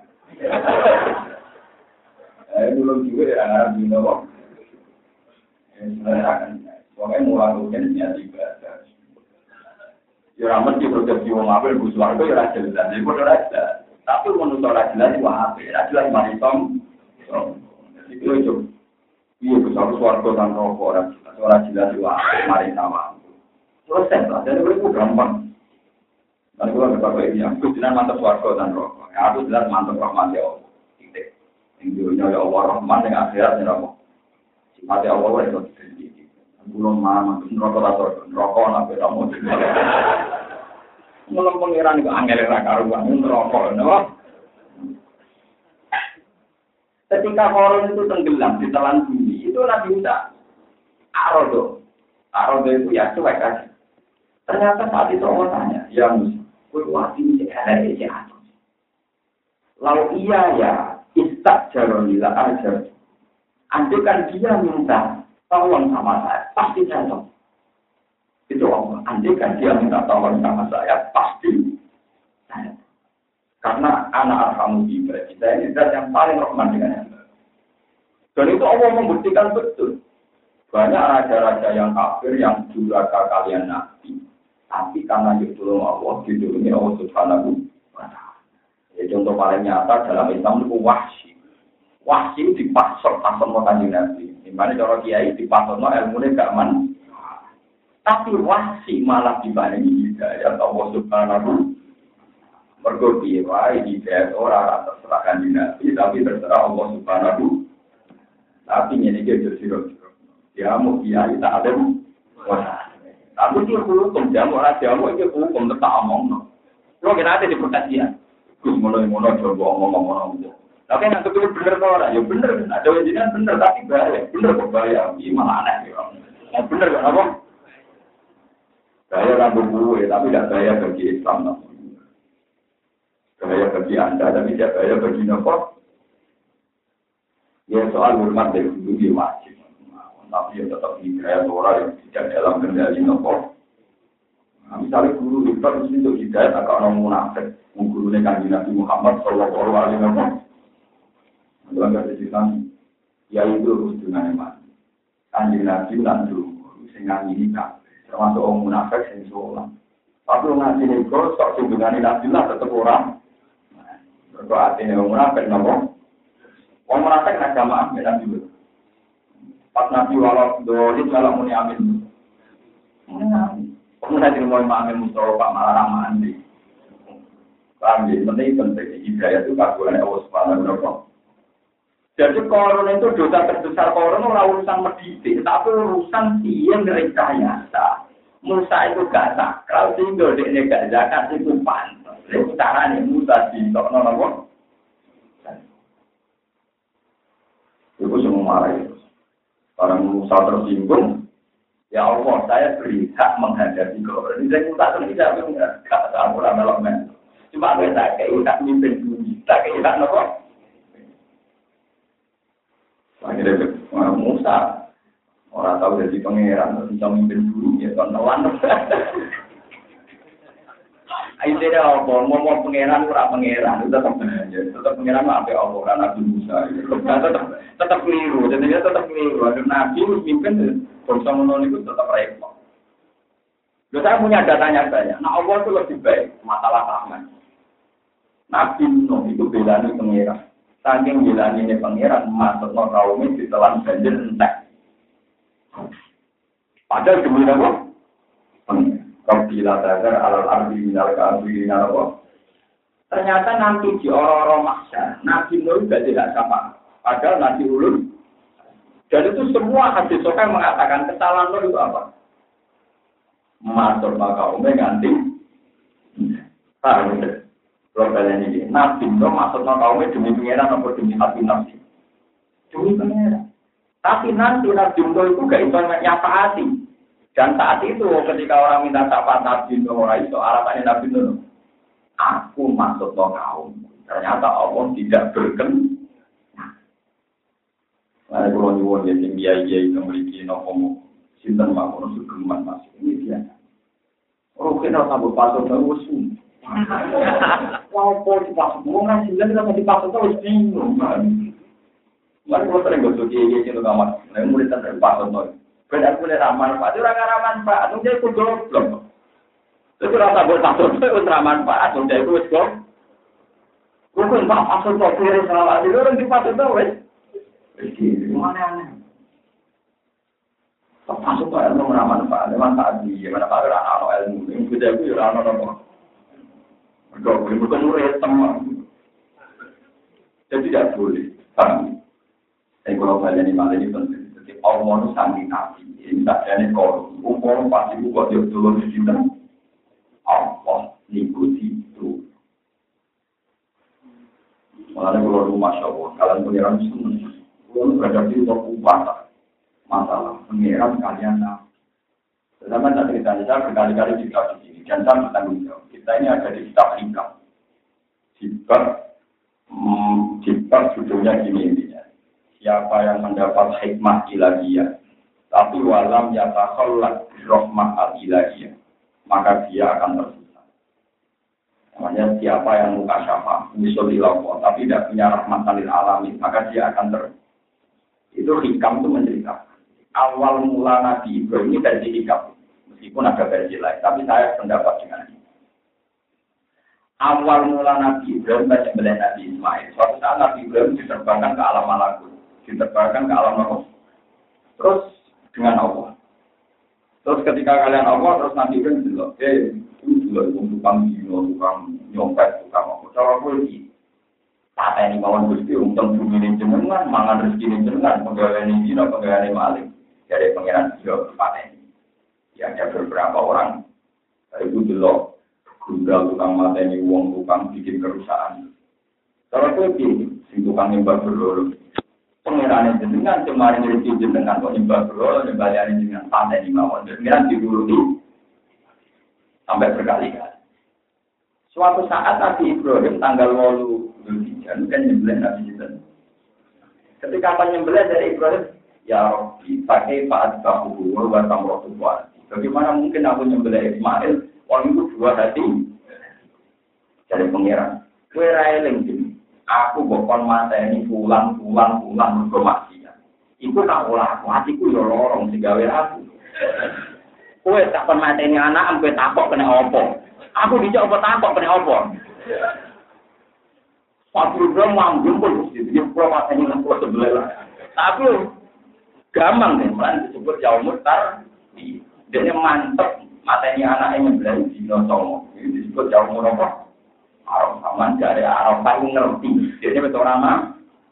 Eh dulu juga ya Arab di Nawab. Eh sebenarnya kan, pokoknya mulai mungkin niat ibadah. Ya ramen di produksi wong apel busuar itu ya raja jelas, jadi bodoh raja. Tapi menurut raja jelas wah apel, raja jelas maritom. Jadi itu, iya besar suarco dan rokok raja, raja jelas wah maritom. Proses lah, jadi itu gampang. Dan kalau kita pakai ini, aku jelas mantap warga dan rokok. Aku jelas mantap rahmat ya Allah. Titik. Yang dunia ya Allah rahmat yang akhiratnya Allah. Sifatnya Allah itu tidak. Belum mana mantap rokok atau rokok nabi kamu. Malam pengiran itu angel rakaruan rokok, no? Ketika korun itu tenggelam di telan bumi, itu Nabi Musa arodo, arodo itu ya cuek aja. Ternyata saat itu Allah tanya, ya Musa. Wati ini ada di atas. Lalu iya ya, istak jarolila ajar. Andai kan dia minta tolong sama saya, pasti saya tolong. Itu Allah. Andai kan dia minta tolong sama saya, pasti saya. Karena anak arhamu jiwa kita ini zat yang paling rahman dengan yang baik. Dan itu Allah membuktikan betul. Banyak raja-raja yang kafir yang durhaka kalian nabi. Tapi karena ditolong Allah, ditolongi Allah Subhanahu wa Ta'ala. Ya, contoh paling nyata dalam Islam itu wahsi. Wahsi dipasok pasok mau kanjeng Nabi. Dimana cara kiai dipasok mau ilmunya gak man. Tapi wahsi malah dibandingi hidayah Allah Subhanahu. Mergo piye hidayah orang terserah kanjeng Nabi, tapi terserah Allah Subhanahu. Tapi ini dia jero-jero. Dia mau kiai tak ada. Wah. Tapi dia hukum, jamu lah, jamu itu hukum, tetap omong. Kalau kita ada di pertanyaan, Gus mulai-mulai coba omong-omong. Tapi yang kedua benar orang, ya benar, ada wajiban benar, tapi bahaya, benar kok bahaya, gimana aneh ya. Benar kan apa? Bahaya rambut gue, tapi tidak bahaya bagi Islam. Bahaya bagi Anda, tapi tidak bahaya bagi Nopo. Ya soal hormat dari dulu dia wajib. Tapi yang tetap hidayah orang yang tidak dalam kendali nopo. Nah, misalnya guru itu mesti untuk hidayah agak orang munafik. Gurunya kanjeng Nabi Muhammad Sallallahu Alaihi Wasallam. Dalam kesimpulan, ya itu harus dengan iman. Kanjeng Nabi dan dulu, sehingga ini kan termasuk orang munafik yang sholat. Tapi orang ngaji itu sok hubungan Nabi lah tetap orang. Berarti orang munafik nopo. Orang munafik nak jamaah beda juga. Pas Nabi walau dolim kalau muni amin, muni amin. Kemudian jadi mau amin mustafa pak malah ramah andi. Paham ya? Penting penting hidayah itu kaguan Allah Subhanahu wa Ta'ala. Jadi korun itu dosa terbesar korun itu urusan mendidik, tapi urusan dia merekayasa. Musa itu gak sakral, sehingga dia gak zakat itu pantas. Itu caranya Musa ditok nono. Itu semua marah itu. Orang Musa tersinggung, ya Allah, saya beri hak menghadapi korban. Ini saya Musa tidak tidak kata aku lama-lama. Cuma saya kayak tak mimpin dunia, tak kayak tak nopo. Akhirnya orang Musa, orang tahu jadi pangeran, bisa mimpin dunia, kan nelan. Akhirnya apa? Ngomong pangeran ora pangeran, tetap tetap pangeran apa apa ora Nabi Musa. Tetap tetap keliru, jadinya tetap keliru. Nabi mimpin bangsa ngono itu tetap repot. Loh, saya punya datanya banyak. Nah, Allah itu lebih baik masalah rahmat. Nabi Nuh itu belani pangeran. Saking belani ini pangeran masukno kaumnya ditelan banjir entek. Padahal demi apa? Kabila dagar alal ardi minal kafiri narawa. Ternyata nanti di orang-orang maksa, Nabi Nuh juga tidak sama. Padahal Nabi Ulun. Dan itu semua hadis sokai mengatakan kesalahan Nuh itu apa? Masuk maka umumnya ganti. Paham ya? Kalau kalian ini, Nabi Nuh masuk maka umumnya demi pengeran atau demi hati nafsi. Demi pengeran. Tapi nanti Nabi Nuh itu gak bisa nyata hati. Dan saat itu ketika orang minta syafaat Nabi Nuh, itu alasannya Nabi Nuh, aku masuk ke kaum. Ternyata Allah tidak berkenan. Nah, kalau nyuwun ya sing kiai itu memiliki nopo sinten mawon sugeman masuk ini dia. Oh, kena sambut pasok terus. Wah, kok dipasok mau ngasih lagi sama dipasok terus bingung. Mari kalau sering gosok kiai itu kamar, nah mulai terus pasok terus. Benar boleh ramah manfaat, orang nggak ramah manfaat, udah ikut goblok. Itu rasa buat pasal itu ramah manfaat, udah ikut goblok. Bukan pak pasal kok kiri salah, itu orang di pasal itu, wes. Ini mana aneh? Pak pasal itu ilmu ramah manfaat, manfaat di mana pak orang ilmu, yang sudah itu orang orang. Goblok, bukan murid teman. Jadi tidak boleh. Saya kalau kalian ini malah ini penting. Allah itu sangat nabi, ini tak ada korup. Umum pasti buka dia dulu di sini. Allah ngikuti itu. Malah kalau rumah syawal, kalian pengiran semua. Kalau berada di luar ubah, masalah pengiran kalian nak. Tetapi tak cerita saya berkali-kali juga di sini. Dan saya bertanggung jawab. Kita ini ada di kitab hikam. Jika, hmm, jika judulnya gini intinya. Siapa yang mendapat hikmah ilahiyah, tapi walam yatakhallat birahmah al-ilahiyah, maka dia akan tersesat. Namanya siapa yang muka syafa, usul ilahiyah, tapi tidak punya rahmatan lil alamin, maka dia akan tersesat. Itu hikam itu menceritakan. Awal mula Nabi Ibrahim ini dari hikam, meskipun ada versi lain, tapi saya pendapat dengan ini. Awal mula Nabi Ibrahim banyak melihat Nabi Ismail. Suatu saat Nabi Ibrahim diterbangkan ke alam malakut. Diterbangkan ke alam roh. Terus dengan Allah. Terus ketika kalian Allah, terus nanti kan bilang, eh, itu juga tukang dino, tukang nyopet, tukang apa. Cara aku ini, kata ini kawan gusti, untung bumi ini jenengan, mangan rezeki ini jenengan, pegawai ini dino, pegawai ini maling. Jadi pengiran juga kata ini. Ya, ada beberapa orang, itu jelok, gundal, tukang mata ini, uang, tukang bikin kerusakan. Cara aku ini, si tukang nyembah berlulu. Pengiran jenengan kemarin rezeki jenengan kok nyembah bro, nyembah yang jenengan pantai di mawon. Pengiran diuruti sampai berkali-kali. Suatu saat Nabi Ibrahim tanggal walu Zulhijjah kan nyembelih Nabi Ibrahim. Ketika apa nyembelih dari Ibrahim, ya Rabbi, pakai Pak Bahu wa tamrotu wa. Bagaimana mungkin aku nyembelih Ismail? Orang itu dua hati dari pengiran. Kue railing gini. Aku bokon mata ini pulang, pulang, pulang bermaksiat. Iku tak olah aku, hatiku ya lorong digawe aku. Kowe tak pernah mata ini anak, sampai takok kena opo. Aku dijak opo takok kena opo. Waktu itu manggung pun, dia pulau mata ini pulau sebelah. Tapi gampang nih, kan disebut jauh mutar. Dia mantep mata ini anak yang belajar di Nosomo. Ini disebut jauh mutar. Arab aman dari Arab paling ngerti, dia betul ramah.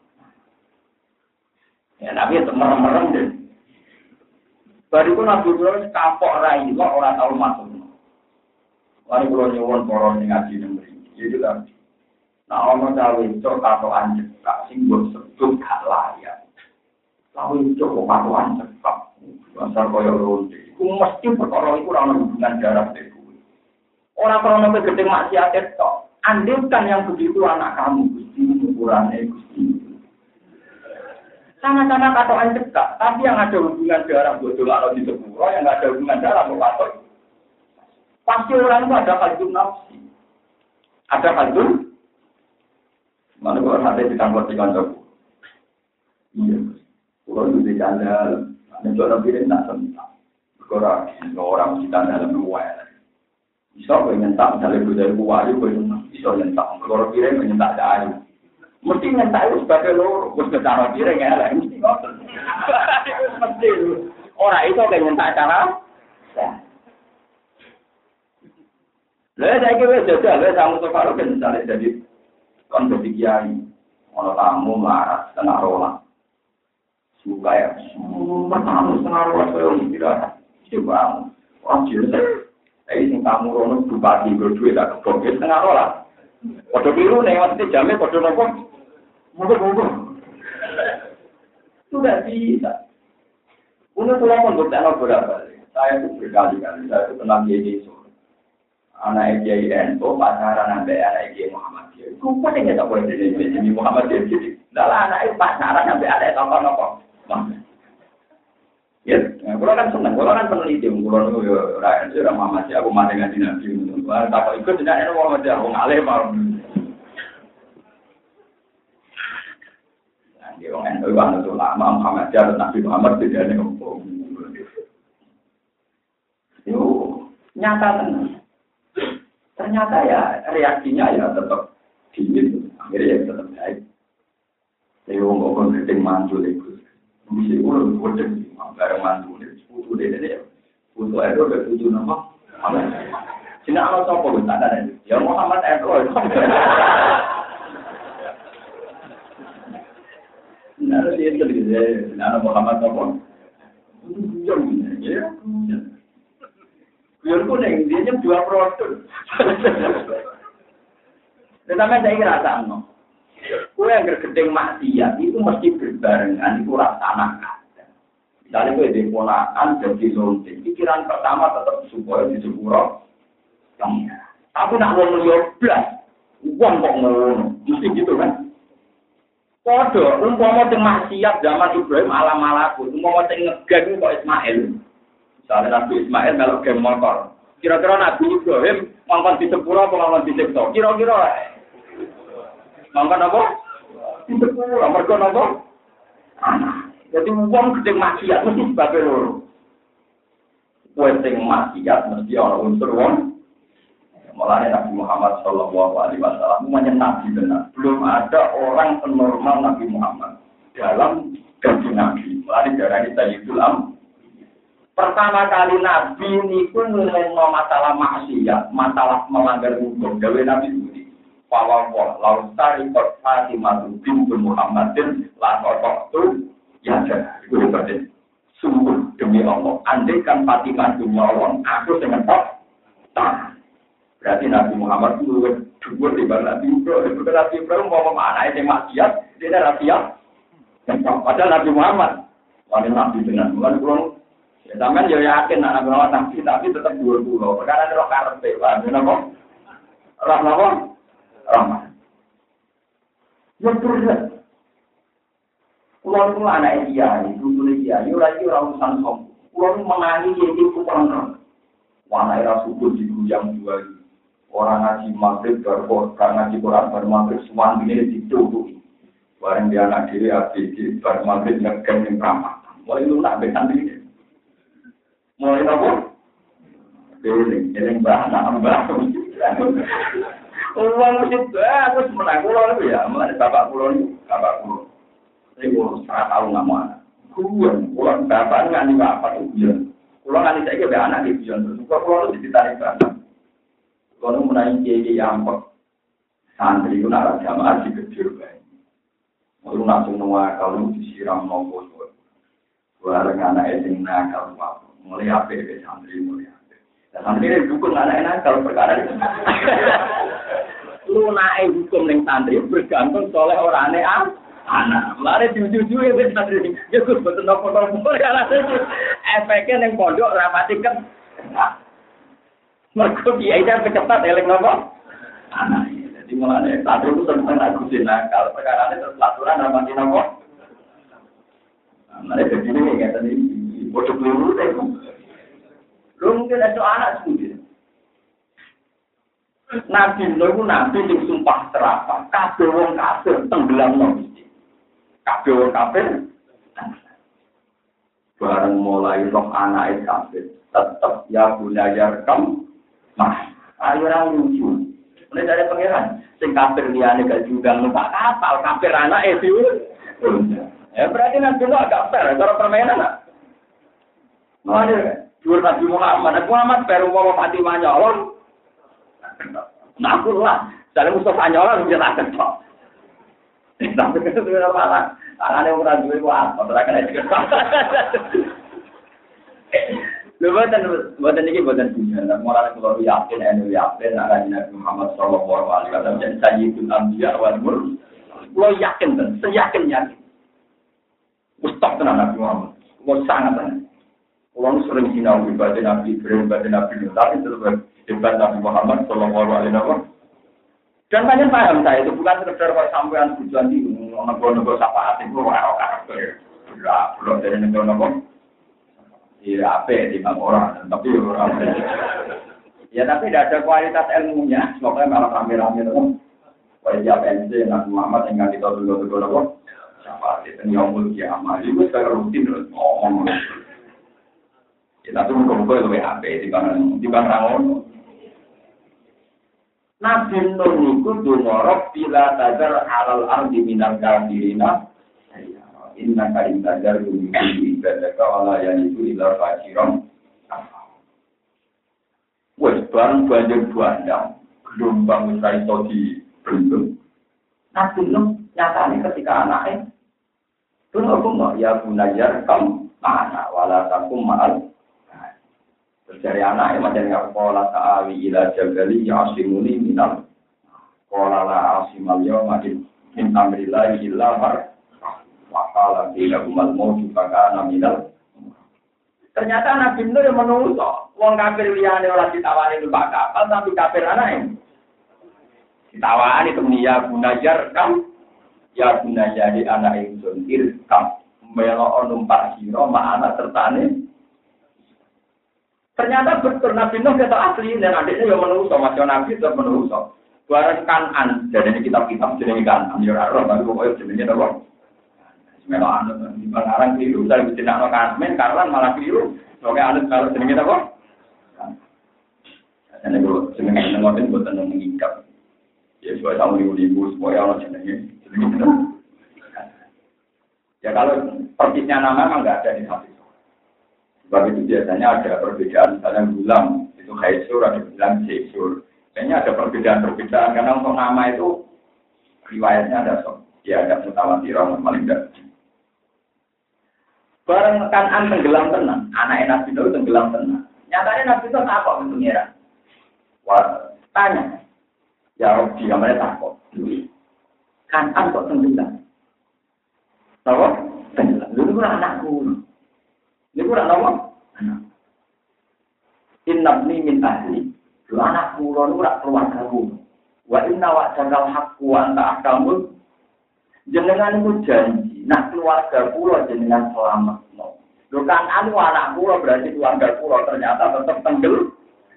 Ya Nabi itu merem-merem deh. Baru itu Nabi Ibrahim kapok rai, kok orang tahu masuk. Lalu kalau nyuwun poros ngaji nemri, jadi kan. Nah orang tahu itu katoan cekak, simbol sebut gak layak. Lalu itu kok katoan cekak, asal koyo ronde. Ku mesti perkara itu orang hubungan darah deh. Orang kalau nabi gede maksiat itu. Andilkan yang begitu anak kamu, Gusti, ukurannya Gusti. Sama-sama katoan cekak, tapi yang ada hubungan darah bodoh kalau di sepuro, yang nggak ada hubungan darah mau katok. Pasti orang itu ada kalbun nafsi. Ada hantu? Mana kalau nanti ditangkap di kantor? Iya. Kalau itu di kantor, ada jualan piring tak sentak. Kalau orang di kantor lebih luas. Bisa menyentak misalnya dari buah itu bisa menyentak. Kalau piring menyentak dari. Mesti menyentak itu sebagai loro. Terus ke cara piring ya lah. Mesti ngotot. Mesti. Orang itu akan menyentak cara. Lalu saya kira jajal, lalu sama Soekarno kan misalnya jadi konsepsi kiai, orang tamu marah setengah rola, suka ya, semua tamu setengah rola saya istirahat, coba orang jelas, eh sing tamu rono bupati berdua tak kebongkir setengah rola, kode biru nih maksudnya jamnya kode nopo, monggo-monggo, sudah bisa, untuk pulang untuk tak berapa, saya itu berkali-kali, saya itu kenal kiai anak Kiai N O pacaran sampai anak Kiai Muhammadiyah. Ku kok nek tak boleh jadi Muhammadiyah jadi. Lah anak itu pacaran sampai anak tokoh-tokoh. Ya, kalau kan seneng, kalau kan peneliti, kalau itu ya rakyat itu Muhammadiyah, aku mati ngaji nabi. Wah, tak ikut tidak ada Muhammadiyah, aku ngalih mau. Nanti orang N O itu lama Muhammadiyah, Nabi Muhammad tidak ada hukum. Yo, nyata tenang. Ternyata ya reaksinya ya tetap dingin, akhirnya ya tetap baik. Saya ngomong gedeng mantul itu, mesti urut gedeng, bareng mantul itu, putu deh deh, putu itu udah tujuh nama, Cina kalau sopo kita ada nih, ya Muhammad Eko. Nah dia itu dia, nah Muhammad sopo, jauh ya. Biar kuning, dia kan dua produk. Tetapi saya kira sama. Kue yang gergedeng maksiat itu mesti berbarengan, itu rasa anak. Misalnya kue diponakan jadi lonting. Pikiran pertama tetap supaya di sepuro. Tapi nak mau melihat uang kok ngono, mesti gitu kan? Kode, umpama yang maksiat zaman Ibrahim alam-alaku, umpama yang ngegeng kok Ismail. Misalnya Nabi Ismail melok game motor. Kira-kira Nabi Ibrahim mangkon di sepura apa mangkon di sektor? Kira-kira mangkon apa? Di sepura, mereka apa? Jadi uang gede maksiat mesti sebagai loro. Uang gede maksiat mesti orang unsur uang. Mulanya Nabi Muhammad Shallallahu Alaihi Wasallam menyenangi benar. Belum ada orang senormal Nabi Muhammad dalam gaji Nabi. Mulanya darah kita itu am. Pertama kali Nabi ini pun ngomong masalah maksiat, masalah melanggar hukum. Gawe Nabi ini, Fawwah, lautari kot Fatimah bintu Muhammadin, lakotok tu, ya jangan. Itu hebatnya. Sungguh demi Allah, andaikan Fatimah itu nyolong, aku dengan tak, tak. Berarti Nabi Muhammad itu dua di bawah Nabi Ibrahim. Nabi Ibrahim mau memanai yang maksiat, dia ada rahasia. Padahal Nabi Muhammad, wanita Nabi dengan bukan kurang. Ya, sampean yo yakin nak Nabi Muhammad nabi tapi tetap dua puluh. Perkara roh karepe, Pak. Napa? Roh napa? Rahmat. Yang berat. Kulo niku anak dia, ibu dia, yo lagi ora urusan som. Kulo menangi iki kurang. Wana era subuh di jam dua. Orang ngaji maghrib baru ngaji Quran baru maghrib suwan ini ditutupi. Bareng dia anak diri abdi baru maghrib ngegem ning ramah. Mulai lunak besan iki. Mulai apa? Beling, beling bahan, nambah. Uang mesti bagus, menang pulau itu ya. Mulai bapak pulau ini, bapak pulau. Saya pulau setengah tahun nggak mau anak. Kuan, pulau bapak nggak nih bapak itu. Pulau nggak nih saya ke anak di Bion. Suka pulau itu ditarik bapak. Kalau menaik jadi angkot, santri itu narasi jamaah di kecil kan. Lalu langsung nunggu kalau disiram nopo. Barang anak itu nakal apa. Mulai apa ke santri mulai apa. Santri ini dukung anak-anak kalau perkara itu. Lu naik hukum yang santri bergantung soleh orang aneh ah. Anak, lari jujur-jujur ya wis santri. Ya Gus boten nopo-nopo ya efeknya yang pondok rapati kan. Mergo kiai kan kecepatan eling nopo? Anak. Jadi mulane santri itu tentang aku nakal perkara itu aturan rapati nopo? Mereka begini ya tadi. Bodoh peluru deh. Lu mungkin ada anak sendiri. Nabi Nuh iku nabi sing sumpah serapah, kabeh wong kafir tenggelamno iki. Kabeh wong kafir bareng mulai roh anake kafir, tetep ya bulayar kam. Nah, ayo ora lucu. Nek dari pangeran sing kafir liyane gak juga numpak kapal, kafir anake diurus. Ya berarti Nabi Nuh agak fair cara permainan. Nah, dhuwur Nabi Muhammad, Muhammad baru mau mati nyolong. Nah, aku lah, dari Mustafa nyolong dia tak ketok. Tapi itu sudah malah, tangannya orang duit kuat, masyarakat itu. Lu buatan, buatan ini buatan dunia. Mulai kalau yakin, enu yakin, akan Nabi Muhammad Shallallahu Alaihi Wasallam jadi Sayyidul Anbiya wal Mursalin. Lo yakin kan, seyakin yakin. Mustaq tenan Nabi Muhammad, lo sangat tenan. Orang sering sinau ibadah Nabi Ibrahim, ibadah Nabi Nuh, tapi terus debat Nabi Muhammad Shallallahu Alaihi Wasallam. Dan banyak paham saya itu bukan sekedar kalau sampean tujuan di negara-negara syafaat itu orang karakter, tidak belum dari negara-negara. Iya apa di orang, tapi orang. Ya tapi tidak ada kualitas ilmunya, semoga malah rame-rame itu. Kualitas N C Nabi Muhammad yang kita dulu-dulu negara syafaat itu yang mulia amal itu secara rutin terus ngomong. Ya tapi muka-muka lebih apa di bang di bang rangon. Nabi Nuh niku dumorok bila tazar alal ardi minal kafirina. Inna ka intazar bumi ibadaka wala yaniku ila fajiran. Wes bareng banjir bandang, gelombang wis iso di bendung. Nabi Nuh nyatane ketika anake Tuh aku ya bunajar kam mana wala takum ma'al. Dari anak yang macam yang pola ta'awi ila jagali ya'asimuni minal pola la'asimal yawmadin min amrillahi illa mar wakala bila umal mawju bakana minal. Ternyata Nabi Nuh yang menurut wong kafir liyane ora ditawani numpak kapal tapi kafir anake ditawani temia bunajar kam ya bunajar di anak ingsun irkam melo numpak sira ma anak sertane. Ternyata betul Nabi Nuh kita asli dan adiknya yang menusuk, macam Nabi itu menusuk. Barang Kanan, jadi ini kitab-kitab jenis Kanan, ya roh, tapi pokoknya jenisnya apa? Semelah anut, di Bangarang keliru, saya bisa nak makan men, karena malah keliru. Soalnya anut kalau jenisnya apa? Jadi kalau jenisnya ngotin buat tenang mengingkap. Ya supaya sama ribu-ribu, supaya orang jenisnya jenisnya. Ya kalau persisnya nama memang nggak ada di hadis. Sebab itu biasanya ada perbedaan, misalnya gulam, itu haisur, ada gulam seisur. Kayaknya ada perbedaan-perbedaan, karena untuk nama itu, riwayatnya ada sok. Ya, ada mutawatirah, paling tidak. Barang Kanan tenggelam tenang, anak Nabi Nuh tenggelam tenang. Nyatanya Nabi Nuh apa bentuknya? Wah, tanya. Ya, Robi, kamarnya takut. Kanan kok tenggelam? Tahu? Tenggelam. Dulu kan anakku. Ini kurang apa? Innabni min ahli. Lu anak kula niku ora keluargaku. Wa inna wa jagal haqqu wa anta ahkamul. Jenengan niku janji, nak keluarga kula jenengan selamat. Lho kan anu anak kula berarti keluarga kula ternyata tetap tenggelam.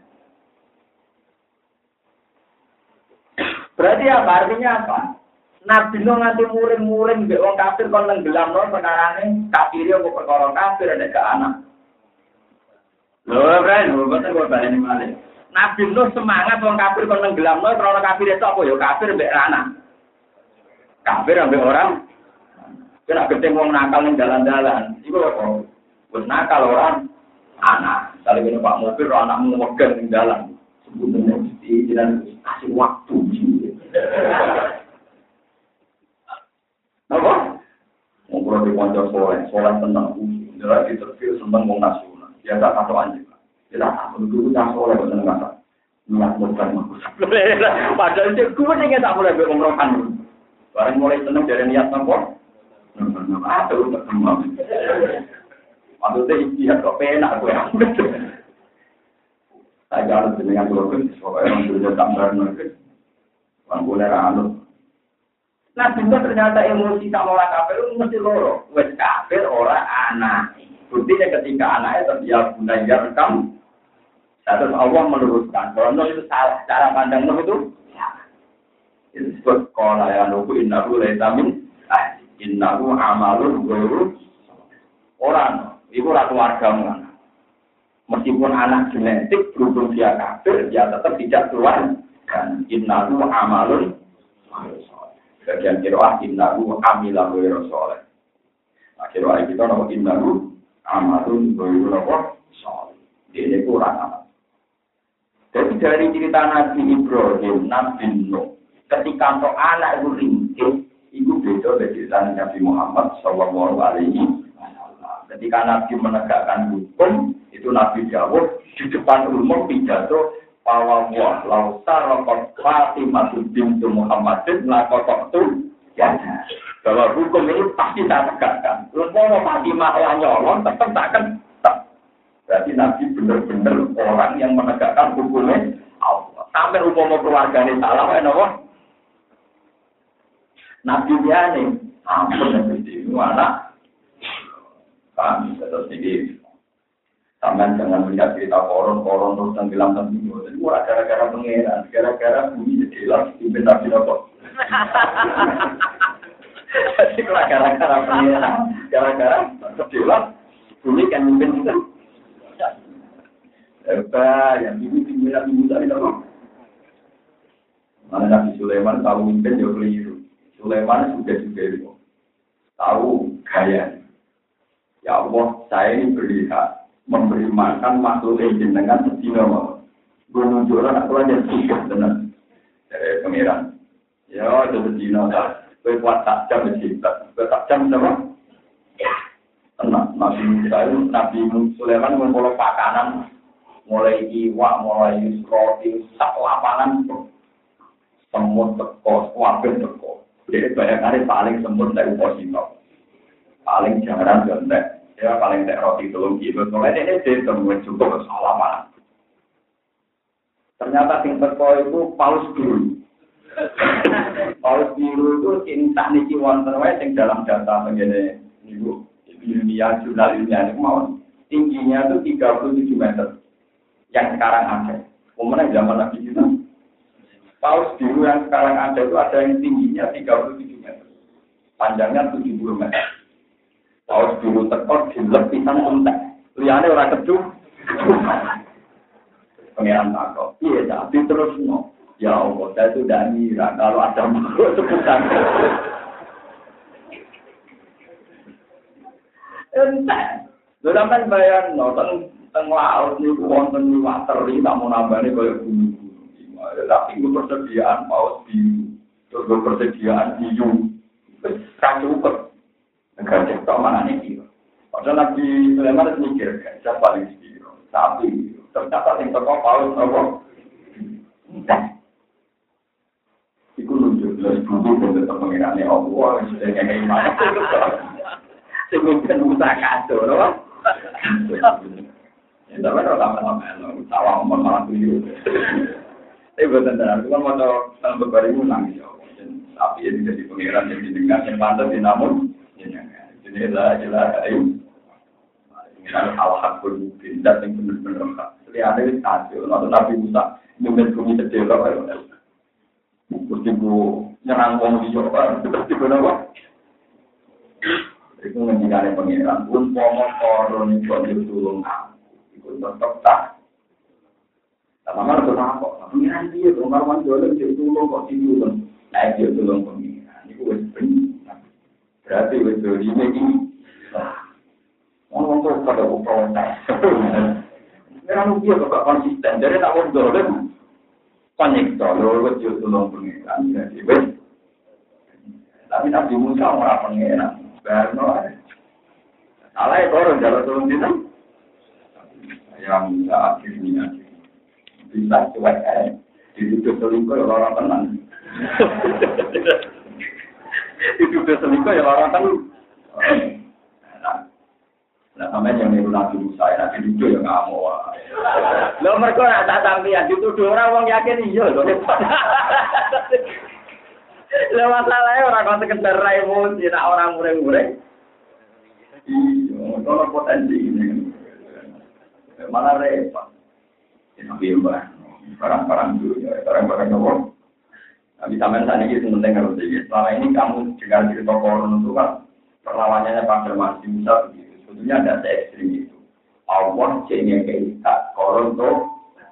Berarti apa artinya apa? Nabi Nuh nganti muring-muring mbek wong kafir kon nenggelamno perkarane kafir yo perkara kafir nek gak anak. Lho, Bren, mboten kok baleni malih. Nabi Nuh semangat wong kafir kon nenggelamno perkara kafir itu apa yo kafir mbek anak. Kafir mbek orang. Kena ketemu wong nakal ning dalan-dalan. Iku apa? Wis nakal orang anak. Sale kene Pak mobil anakmu megang ning dalan. Sebutane mesti jenengan kasih waktu. Apa? Ngobrol di pojok soleh, soleh tenang, jelas interview seneng mau nasional. Ya tak satu anjing. Ya tak satu dulu tak soleh betul nggak? Niat bukan maksud. Padahal itu gue nih tak boleh beromrokan. Barang mulai seneng dari niat nopo. Apa untuk semua? Maksudnya dia kok penak gue. Saya harus dengan gue supaya orang sudah tambah nanti. Orang boleh ranut. Nah, juga ternyata emosi sama orang kafir itu mesti loro. Wes kafir orang anak. Buktinya ketika anaknya terbiar bunda rekam Terus Allah meluruskan, kalau Nuh itu salah, cara pandang Nuh itu salah. Itu disebut qala ya Nuh innahu laisa min ahli, innahu amalun ghairu orang, itu ratu wargamu. Meskipun anak genetik berhubung dia kafir, dia tetap tidak keluar. Dan innahu amalun bagian kiroah innahu amilah ghairu sholih. Nah kiroah kita nama innahu amalun ghairu sholih. Ini kurang amat. Jadi dari cerita Nabi Ibrahim, Nabi Nuh, ketika untuk anak itu ringkih, itu beda dari cerita Nabi Muhammad Sallallahu Alaihi Wasallam. Ketika Nabi menegakkan hukum, itu Nabi Dawud di depan umum pidato bahwa wah lausa rokok Fatimah bintu Muhammadin lakotok itu ya bahwa hukum ini pasti tak tegakkan. Terus mau Fatimah yang nyolong tetap tak akan. Berarti Nabi benar-benar orang yang menegakkan hukumnya Allah. Sampai umum keluarganya salah, apa? Nabi dia nih, ampun Nabi itu anak kami terus ini. Sampai jangan melihat cerita koron-koron terus tenggelam tenggelam. Jadi murah gara-gara pengeran, gara-gara bumi jadilah pimpin Nabi apa? Jadi gara-gara pengeran, gara-gara jadilah bumi kan pimpin kita. Apa yang ibu tinggal ibu tadi dong? Mana Nabi Sulaiman tahu mungkin dia keliru. Sulaiman sudah juga itu tahu gaya. Ya Allah, saya ini berhak memberi makan makhluk yang dengan sedina. Gunung Joran aku aja tiga benar dari pangeran. Ya itu sedina tak. Berbuat tak jam bercinta, bertak jam sama. Tenang, Nabi Nabi Sulaiman membawa pakanan. Mulai iwak, mulai roti, sak lapangan semut teko, wabel teko. Jadi bayangannya paling semut dari posito, paling jarang gendek, ya paling tak roti telung kilo. Mulai ini dia semut juga sak lapangan. Ternyata yang teko itu paus biru. Paus biru itu cinta niki wonten wae sing dalam data begini niku ilmiah jurnal ilmiah niku mau tingginya itu tiga puluh tujuh meter. Yang sekarang ada. Momennya zaman Nabi kita. Paus biru yang sekarang ada itu ada yang tingginya tiga puluh tujuh meter. Panjangnya tujuh puluh meter. Paus biru tekor dilep pisan entek. Liane orang keduh. Pengiran takut. Iya, tapi terus no. Ya Allah, saya sudah ngira kalau ada makhluk sebutan. Entek. Lu sampai bayar no, teng laut niku wonten liwat teri tak mau nambane kaya gunung-gunung. Tapi ku persediaan paus biru, terus persediaan hiu. Wis kacukup. Negara tok manane iki. Padahal Nabi Sulaiman mikir, siapa paling biru? Tapi ternyata sing teko paus apa? Entah. Iku nunjuk jelas bumi bentuk pengirane Allah sing ngene iman. Sing mungkin usaha kado, lho. Ya, tapi kalau lama-lama, sawah umur malah tujuh. Tapi betul benar, itu kan mau tahu berbari ulang ya. Tapi ini jadi pengiran yang didengar yang pantas namun, jadi lah jelas ayu. Pengiran hal-hal berbeda dan yang benar-benar hak. Jadi ada di stasiun atau Nabi Musa dengan bumi terjelok ayo. Mesti bu nyerang wong di Jawa, terus di mana kok? Itu menjadi pengiran pun pomok koron itu tulung tetap tak. Sama mana tu apa? Pengiran dia, pengaruan jualan dia tulung kok tidur kan? Naik dia tulung pengiran. Itu wes benar. Berarti wes dari ini. Orang tu pada protes. Pengiran dia kok konsisten. Jadi tak boleh jualan. Konektor, lalu dia tulung pengiran. Jadi wes. Tapi Nabi Musa orang pengiran. Berno. Salah itu orang jalan tulung dia. Yang bisa akhirnya bisa cuek eh dituduh selingkuh ya orang tenang dituduh selingkuh ya orang tenang nah sampai yang niru Nabi Musa Nabi dituduh ya nggak mau lo mereka nak tak sampean dituduh orang orang yakin iya loh lo masalahnya orang kau sekedar emosi nak orang mureng-mureng iya kalau potensi ini malah repot. Tapi barang-barang dulu ya, barang-barang nopo. Tapi sampai saat ini penting harus dikit. Selama ini kamu dengar cerita koron itu kan perlawanannya pada masih bisa begitu. Sebetulnya ada se ekstrim itu. Allah jadinya kita koron tuh.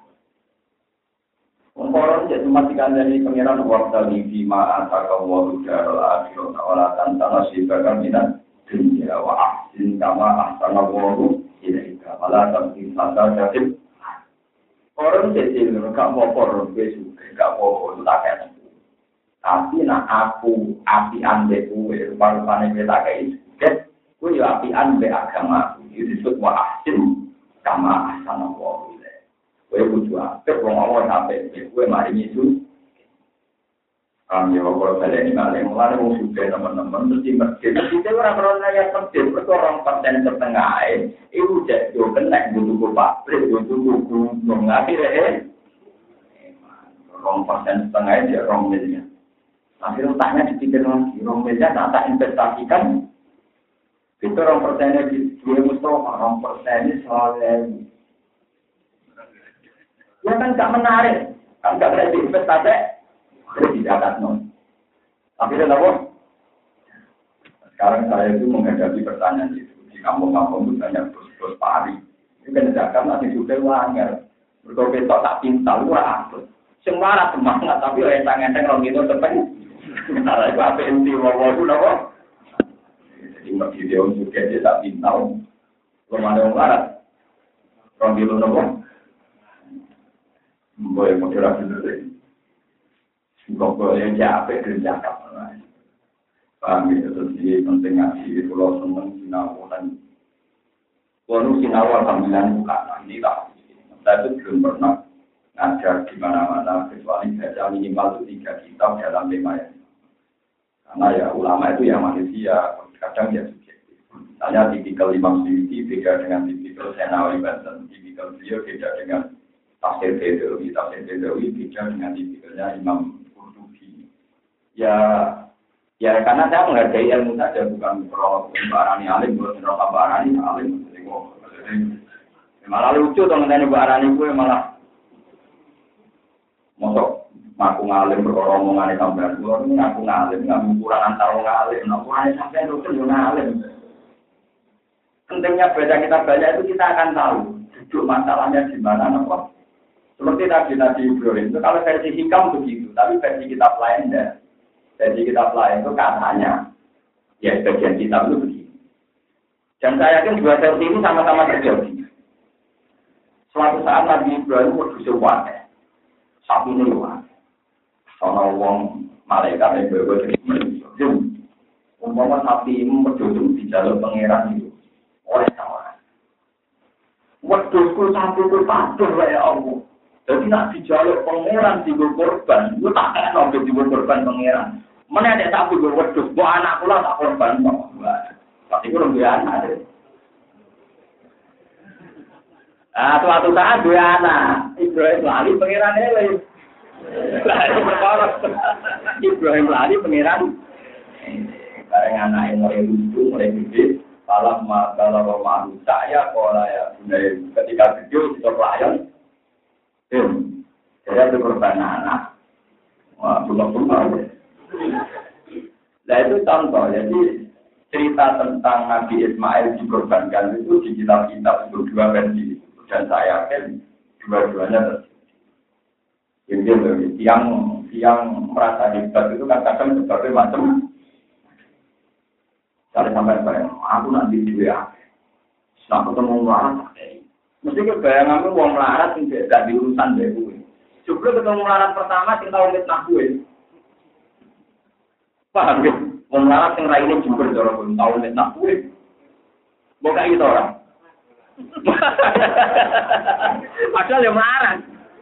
Koron jadi matikan dari pengiran waktu di bima antara waru darul akhir tawalatan tanah sibakan minat dunia wa ahsin kama ahsana waru ilaika malah tapi sadar jadi koron jadi mereka mau koron besok mereka mau itu tak kayak tapi nak aku api ande kuwe rupa-rupanya kita kayak itu kuwe ya api ande agama itu disebut wa ahsin kama ahsana waru ilaika kuwe kudu apik wong awon apik kuwe mari itu kami kalau saya ini malah mulai mau suka teman-teman mesti masjid kita orang-orang yang masjid berkorong persen setengah itu jadi kena butuh pabrik butuh buku mengakhirnya orang persen setengah dia orang miliar akhirnya tanya dipikir lagi orang miliar tak investasikan itu orang persennya di dua Mustafa orang persennya soalnya ya kan gak menarik kan gak ada investasi tidak akan non. Tapi kenapa? Sekarang saya itu menghadapi pertanyaan itu di kampung-kampung itu banyak bos-bos pari. Ini kan zakat masih sudah langgar. Berkompet tak pintal, wah apa? Semua semangat tapi orang tangan-tangan orang itu tepen. Karena itu apa yang diwawalah itu apa? Jadi video juga dia tak pintal. Belum ada orang larat. Orang itu apa? Boleh moderasi dulu. Kok boleh capek kerja kapal. Paham itu sih penting ngaji kalau seneng sinau dan kalau sinau alhamdulillah bukan ini lah. Saya itu belum pernah ngajar di mana-mana kecuali baca minimal itu tiga kitab dalam tema yang karena ya ulama itu ya manusia kadang dia subjektif. Misalnya tipikal Imam Suyuti beda dengan tipikal Senawi Banten, tipikal beliau beda dengan tafsir Bedawi, tafsir Bedawi beda dengan tipikalnya Imam ya ya karena saya menghargai ilmu saja bukan kalau barani alim bukan kalau barani alim malah lucu dong nanti barani gue malah mosok ngaku ngalim berkorong omongan sampai gue ngaku ngalim ngaku kurang antar ngalim ngaku ngalim sampai lu tuh ngalim pentingnya baca kita baca itu kita akan tahu duduk masalahnya di mana apa seperti tadi Nabi Ibrahim itu kalau versi hikam begitu tapi versi kitab lain enggak. Jadi kitab lain itu katanya, ya bagian kitab itu begini. Dan saya yakin dua versi ini sama-sama terjadi. Suatu saat Nabi Ibrahim berdua wadah, sapi ini wadah. Soalnya uang malaikat yang berbuat manusia. Umpama sapi ini berdua di jalur pangeran itu oleh sama. Wedusku sapi itu patuh ya Allah. Jadi nak di jalur pangeran di korban, itu tak kena untuk di korban pangeran. Mana ada sapi gue wedus, gue anak pula tak korban kok. Pasti gue lebih anak. Ah, suatu saat dua anak, Ibrahim lali pangeran ele. Lali berkorok. Ibrahim lali pangeran. Bareng anak yang mulai lucu, mulai gede, malam kalau rumah saya, kalau ya ketika video itu pelayan, hmm, saya itu korban anak. Wah, belum-belum. Nah itu contoh, jadi cerita tentang Nabi Ismail dikorbankan itu di kitab-kitab itu dua versi dan saya yakin dua-duanya terjadi. Yang yang merasa hebat itu kan kadang berbagai macam. Kalau sampai bayang, aku nanti juga, nak ketemu melarat, mesti kebayanganmu uang melarat tidak di urusan deh gue. Coba ketemu melarat pertama, tinggal mitnah gue. Paham ya? Melarat yang lainnya juga dorong tahun dan nak kue. Bukan itu orang. Padahal yang melarat.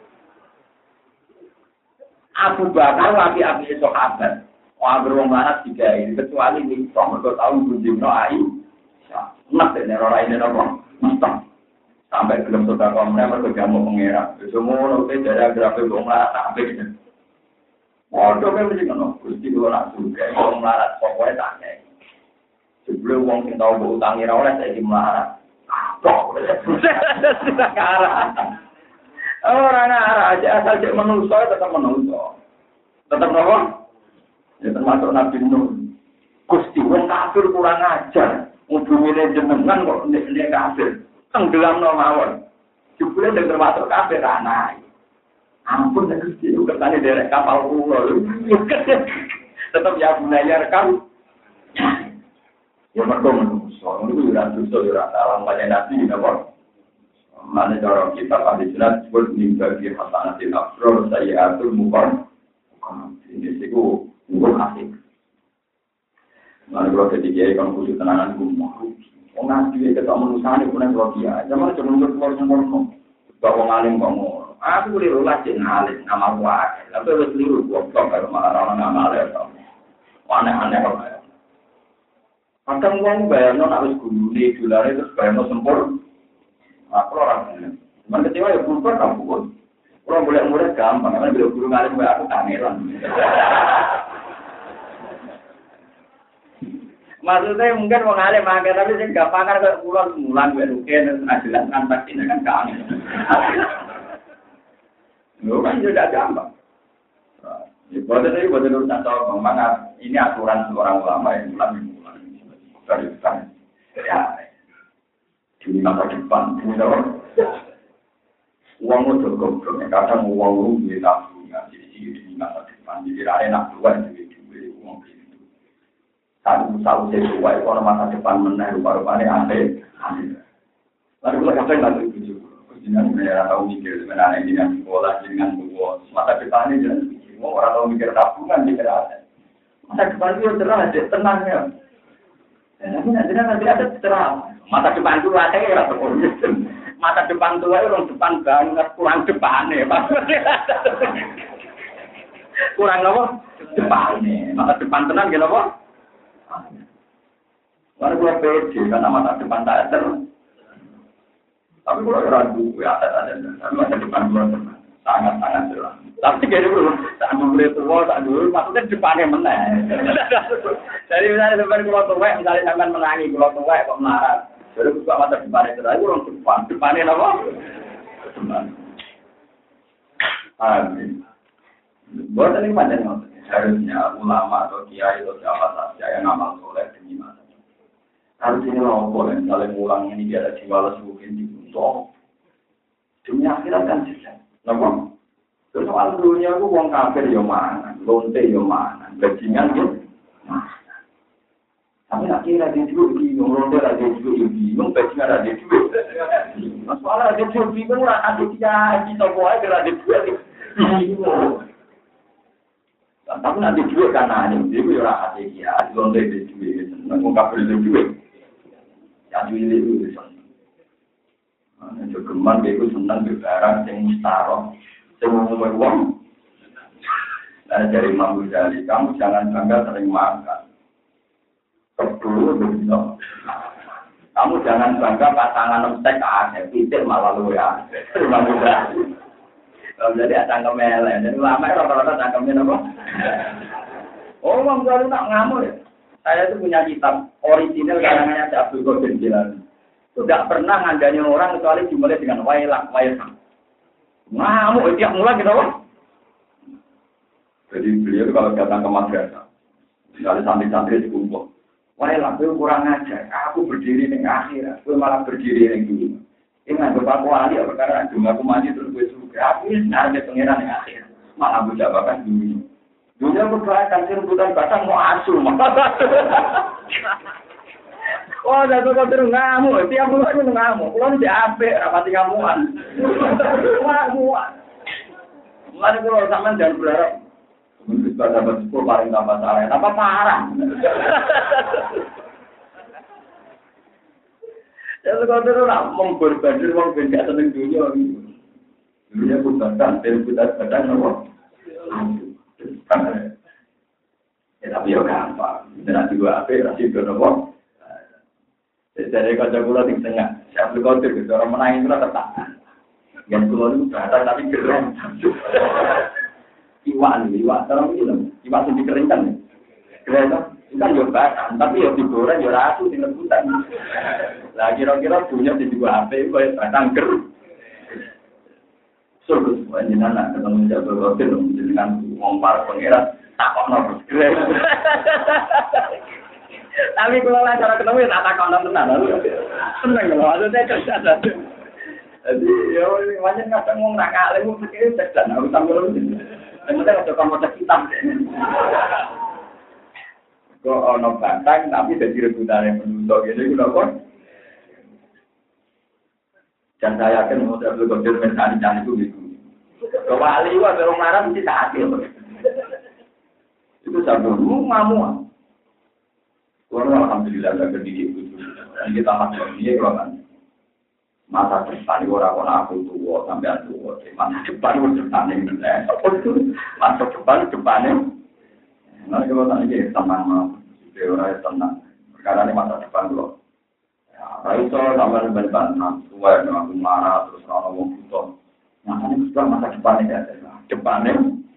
Abu Bakar api-api sahabat. Wah beruang melarat tiga ini kecuali ini. Kalau mereka tahu Bujim Noai. Nak dan orang ini apa? Mustang. Sampai belum sudah kamu mereka mau mengira. Semua orang dari grafik melarat sampai gitu. Waduh, kan mesti ngono. Gusti kula nak suka wong melarat pokoke tak kei. Sebelum wong sing tau mbok utangi ra oleh saiki melarat. Kok sekarang. Orang arah aja asal cek menungso tetap menungso. Tetap apa? Ya termasuk Nabi Nuh. Gusti wong kafir kurang ajar. Ngubungine jenengan kok nek kafir. Tenggelamno mawon. Jebule sing termasuk kafir anak. Ampun nek Gusti ketane derek kapal kula. Tetap ya bunayar kan. Ya mergo menungso. Niku ora dosa ora salah banyak nabi napa. Mana cara kita pada jelas sebut mimpi hasanatil afrol saya atur mukon. Ini sih gua gua asik. Mana kalau ketika ikan khusus tenangan gua mau. Orang nabi kita manusia ni pun yang dia. Zaman cuma untuk keluar semua. Bawa ngalim kamu. Aku boleh rulas cek ngalim nama gua. Tapi harus liru gua kalau malah orang nama ngalim. Aneh-aneh apa? Kadang uang bayar non harus guru ni dolar itu bayar non sempur. Aku orang ini, cuma kecewa ya berubah kamu pun. Orang boleh murid gampang, karena bila guru ngalim aku kangelan. Maksudnya mungkin orang ngalim makan, tapi saya gampang kan kalau pulang semulan gue rukin, jelas kan pasti kan kangen. Lu kan sudah gampang. Buat itu buat itu tak tahu mana ini aturan seorang ulama yang mulai mulai dari sekarang. Ya. Di masa depan, ini tahu? Uang itu goblok, kadang uang itu tabungan, jadi di masa depan, jadi ada nak keluar jadi duit uang itu. Satu satu sesuai kalau masa depan menaik baru-baru aneh, aneh. Lalu kalau kadang nanti tujuh, jangan mereka tahu mikir sebenarnya dengan sekolah dengan buat masa depan ini jangan mikir, mau orang tahu mikir tabungan mikir ada. Masa depan itu terang, tenangnya. Tapi nanti nanti ada terang. Mata depan itu ada ya, mata depan itu orang depan banget, kurang depannya, kurang apa? Depannya, mata depan tenang gitu apa? Lalu gua pede karena mata depan tak ada. Tapi kalau ragu, ya ada ada, tapi mata depan gua tenang, sangat sangat jelas. Tapi jadi dulu, tak boleh tua, tak dulu, maksudnya depannya menang. Jadi misalnya depan gua tua, misalnya sampai menangi gua tua, kok marah. Jadi buka mata depan itu lagi orang depan, depannya apa? Depan. Amin. Buat ini macam harusnya ulama atau kiai atau siapa saja yang amal soleh demi masa. Harus ini loh boleh saling ulang ini biar ada jiwa lesu mungkin dibutuh. Demi akhirat kan sih. Nampak? Terus soal dunia aku uang kafir yang mana, lonte yang mana, bajingan gitu. Tapi nak kira dia juga bingung, ronde ada juga bingung, bajingan ada juga. Masalah ada juga bingung, ada dia kita buat ada juga bingung. Tapi nanti juga kan ada, dia juga orang ada dia, ronde ada juga, nak kafir ada juga. Yang juga itu senang. Jogeman dia itu senang berbarang yang mustaroh, semua uang. Dan dari Imam Ghazali, kamu jangan bangga sering makan. Kedua begitu. Kamu jangan bangga pasangan stek ada, titik malah lu ya. Terima kasih. Jadi ada cangkemnya, jadi lama rata-rata cangkemnya apa? Oh, Bang Baru nak ngamuk ya. Saya itu punya kitab original karangannya si Abdul Qadir Jilani. Itu tidak pernah ngandanya orang kecuali dimulai dengan wailak, wailak. Ngamuk, tiap mulai gitu apa? Jadi beliau kalau datang ke madrasah, misalnya santri-santri dikumpul. Wah, aku kurang ajar. Aku berdiri di akhirat. Aku malah berdiri di dunia. Ini nggak berapa wali apa karena cuma aku mandi terus gue suruh. Aku ini sebenarnya pengiran di akhirat. Malah aku jabakan dunia. Dunia berdoa kan rebutan batang mau asuh. Oh, jatuh kau terus ngamuk. Tiap bulan itu ngamuk. Pulau ini apik, rapati ngamuan. Ngamuan. Mulai kalau sama jangan berharap. Mungkin pada bersepuluh paling tambah salah, tambah parah. Ya kalau terus nak memberbandir orang benda seneng dunia ini. Dunia bukan terbuat badan apa? Ya tapi ya gampang. Nanti gua apa? Nanti gua apa? Jadi kalau gua di tengah, siapa kau terus orang menangis itu tetap. Yang gua itu datang tapi keren. Iwan, iwan, terang ini, iwan itu dikeringkan. Keren, kan yo bahan, tapi yo digoreng yo ratu di rebutan. Lah kira-kira punya di dua H P, kaya batang ger. Surga semuanya anak ketemu Jabal Qadir dengan ngomong para pangeran tak kok nopo segera. Tapi kalau lah cara ketemu tak tak kok nopo tenan. Seneng lho, maksudnya cerdas. Jadi ya macam kadang ngomong nak alim mung pikir cerdas aku sambil ini. Kemudian ada komponen kita. Kok ono bantang tapi jadi rebutan menusuk gitu lho kok. Dan saya yakin mau Abdul Qadir mencari cari itu gitu. Kalau wali itu ada orang marah mesti tak adil. Itu satu ngamu. Orang alhamdulillah agak dididik itu. Dan kita masuk ini kan masa depan orang-orang aku tua sampai tua. Masa depan itu depan yang benar. Masa depan depannya. Nanti kalau tanya dia tenang mah, dia orang tenang. Karena ini masa depan loh. Raiso sama dengan bantah, tua yang aku marah terus orang ngomong gitu. Nah ini sudah masa depannya ya, depannya.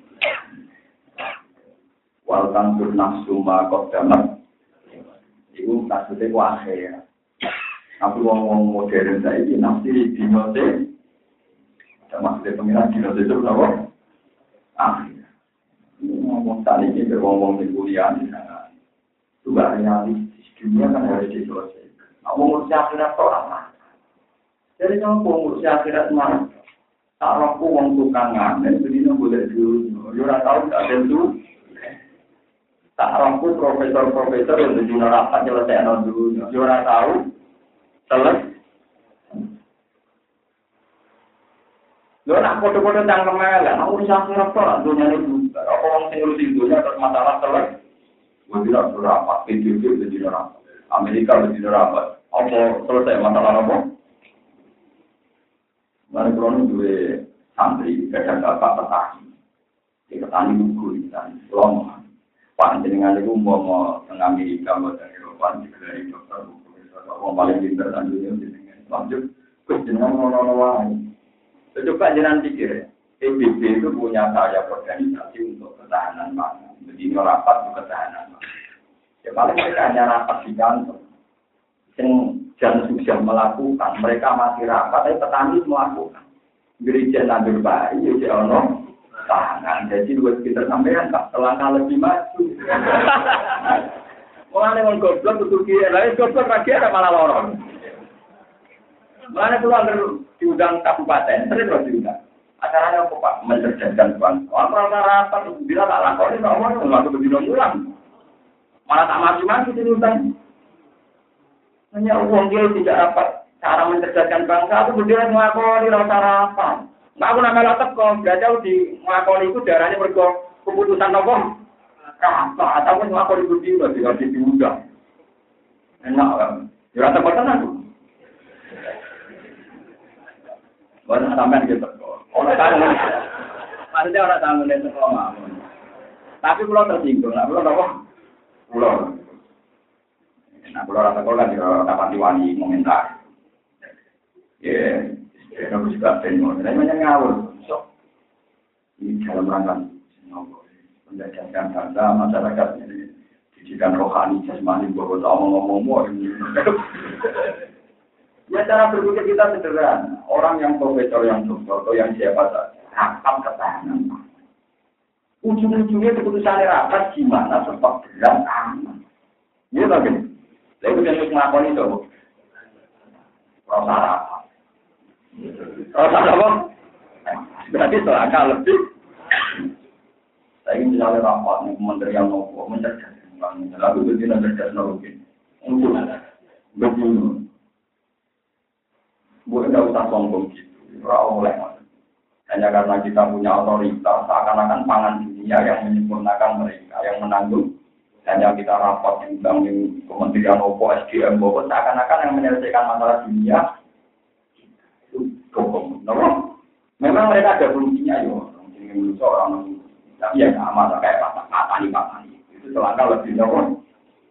Walkan bernafsu makot damat, itu maksudnya wahai. Aku ngomong modern saya ini nafsi di note, maksudnya pengiran di note itu berapa? Akhir. Ngomong tadi ini ngomong di kuliah di sana, juga realistis dunia kan harus diselesaikan. Ngomong akhirat orang mah. Jadi kalau ngomong akhirat mah, tak raku wong tukang ngamen, jadi boleh dulu. Yo ora tahu tak tentu. Tak raku profesor-profesor yang jadi neraka nyelesaikan dulu. Yo ora tahu. Selesai. Yo nak foto-foto tang kemelan, ngomong akhirat orang dunia ini. Apa wong sing ngurusi dunia terus masalah selesai. Gue bilang berapa? P J B jadi neraka. Amerika jadi neraka. Apa selesai masalah apa? Mana krono dua santri kadang bapak petani, di petani buku dan lom. Pak jenengan itu mau mau tengah Amerika mau dari Eropa dari dokter buku, orang paling pintar dan dunia jenengan. Lanjut, jenengan mau lawan. Coba jenengan pikir, P B B itu punya sayap organisasi untuk ketahanan pangan. Begini rapat untuk ketahanan pangan. Ya paling mereka hanya rapat di kantor. Yang jangan sudah melakukan, mereka masih rapat, tapi petani melakukan. Gereja nandur bayi, ya ono tangan. Jadi dua sekitar sampean tak selangkah lebih maju. Mulane wong goblok kudu kira, lha goblok lagi ada malah lorong. Mulane keluar diundang kabupaten, sering lho diundang. Acaranya apa Pak? Mencerdaskan bangsa. Orang rapat bila tak lakoni kok ono waktu bedino mulang. Malah tak maju-maju diundang. Hanya uang dia tidak dapat cara mencerdaskan bangsa itu berdiri mengakoni rasa apa? Nggak aku namanya teko, belajar di mengakoni itu darahnya bergo keputusan apa? Apa? Ataupun mengakoni berdiri tidak diundang. Enak kan? Jurang teko tenang. Banyak sampean gitu. Orang tamu, maksudnya orang tamu dari sekolah. Tapi pulau tersinggung, lah pulau apa? Pulau. Nah, kalau rasa sekolah juga dapat diwani komentar. Ya, saya harus juga penuh. Saya banyak ngawur. So, ini dalam rangka menjadikan bangsa masyarakat ini didikan rohani jasmani bahwa ngomong-ngomong ini. Ya cara berpikir kita sederhana. Orang yang profesor, yang doktor, atau yang siapa saja, rapat ketahanan. Ujung-ujungnya keputusan rapat gimana sebab berat aman. Iya tak gini? Lalu dia harus melakukan itu. Rasa rapat. Rasa apa? Berarti selangkah lebih. Saya ingin misalnya rapat, kementerian nopo, mencerdaskan. Lalu begini mencerdaskan mungkin. Untuk begini. Bukan tidak usah sombong gitu. Orang oleh. Hanya karena kita punya otoritas, seakan-akan pangan dunia yang menyempurnakan mereka, yang menanggung. Hanya kita rapat diundang di Kementerian Opo, S D M, bahwa seakan-akan yang menyelesaikan masalah dunia itu gokong. Memang mereka ada fungsinya, yo. Mungkin orang, tapi ya sama kayak patani-patani. Itu selangkah lebih jauh.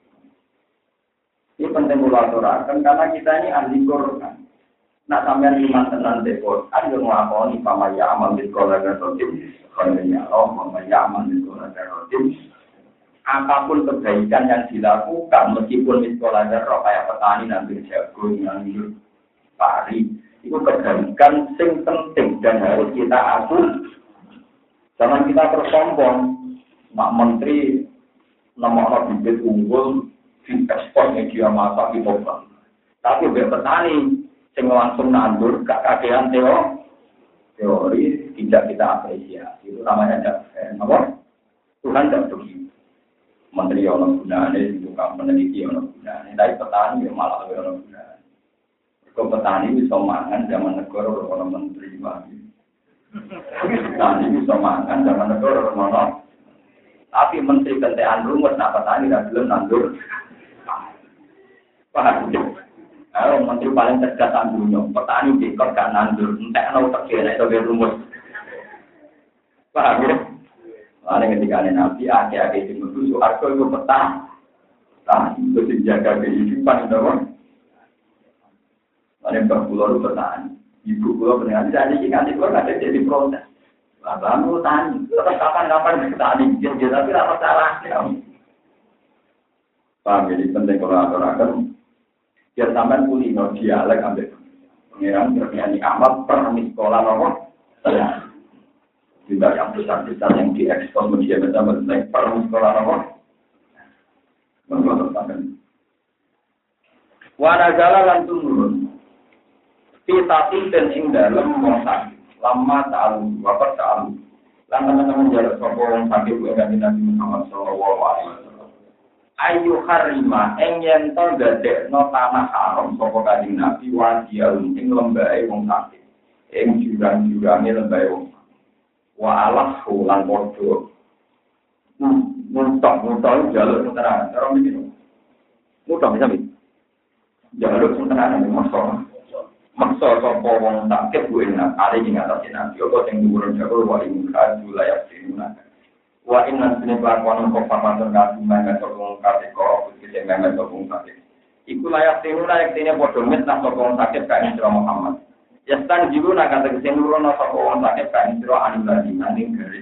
Ini penting kolaborasi karena kita ini ahli Quran. Nah sampai iman tenan dekor, ada yang mengakoni pamaya amal di sekolah tertutup, kalau Allah pamaya amal di sekolah tertutup. Apapun kebaikan yang dilakukan, meskipun di sekolah tertutup kayak petani nanti jagung, nanti pari, Itu kebaikan sing penting dan harus kita akui. Jangan kita tersombong, mak menteri nomor bibit unggul di ekspor media massa di Bogor. Tapi biar petani sing langsung nandur gak kakean teo teori tidak kita apresiasi. Itu namanya jafen. Apa? Tuhan tidak begitu. Menteri ono gunane, tukang peneliti ono gunane, tapi petani ya malah ono gunane. Kok petani bisa mangan zaman negara ono menteri lagi. Petani bisa mangan zaman negara ono. Tapi menteri kentean rumus nak petani ra gelem nandur. Paham? Ayo menteri paling cerdas sak dunya, petani dikon gak nandur, entekno tegene nek dhewe rumus. Paham ya? Lalu ketika ada nabi, akhir-akhir itu menuju arko itu petang. Nah, itu dijaga kehidupan itu kan. Lalu yang berpulau itu petang. Ibu pulau benar, jadi nanti kalau ada jadi protes. Lalu tani, terus kapan-kapan petani, jadi tapi apa salah? Paham jadi penting kalau atur-atur. Biar sampai kulino dialek ambil pengiran bernyanyi amat pernah di sekolah nomor saya. Juga yang besar-besar yang diekspor media bersama-sama perlu sekolah nomor menurut saya. Wanagala lantung nurun. Kita tinten ing dalam mongsak lama tahu, wapat tahu. Lan teman-teman jalan sokong sakit dengan Nabi Muhammad Shallallahu Alaihi Wasallam. Ayu harima eng yen to dadekno tanah haram saka kanjeng Nabi wadial ing lembahe wong sakit. Ing jurang-jurange lembahe wong wa alah lan padha muntok-muntok jaluk tenan cara mikir mudah bisa mi jaluk tenan maksa maksa sapa wong sakit kuwi enak are ing atas nabi apa sing dhuwur jago wa ing kadu layak dinuna wa inna sine lakon kok pamanten kadungan kok wong kate kok iki sing memet kok wong sakit iku layak dinuna nek dene padha mitnah sapa wong sakit kae Nabi Muhammad. Yastan jiru nak kata kesenturan atau orang sakit kain siro anil lagi angin garis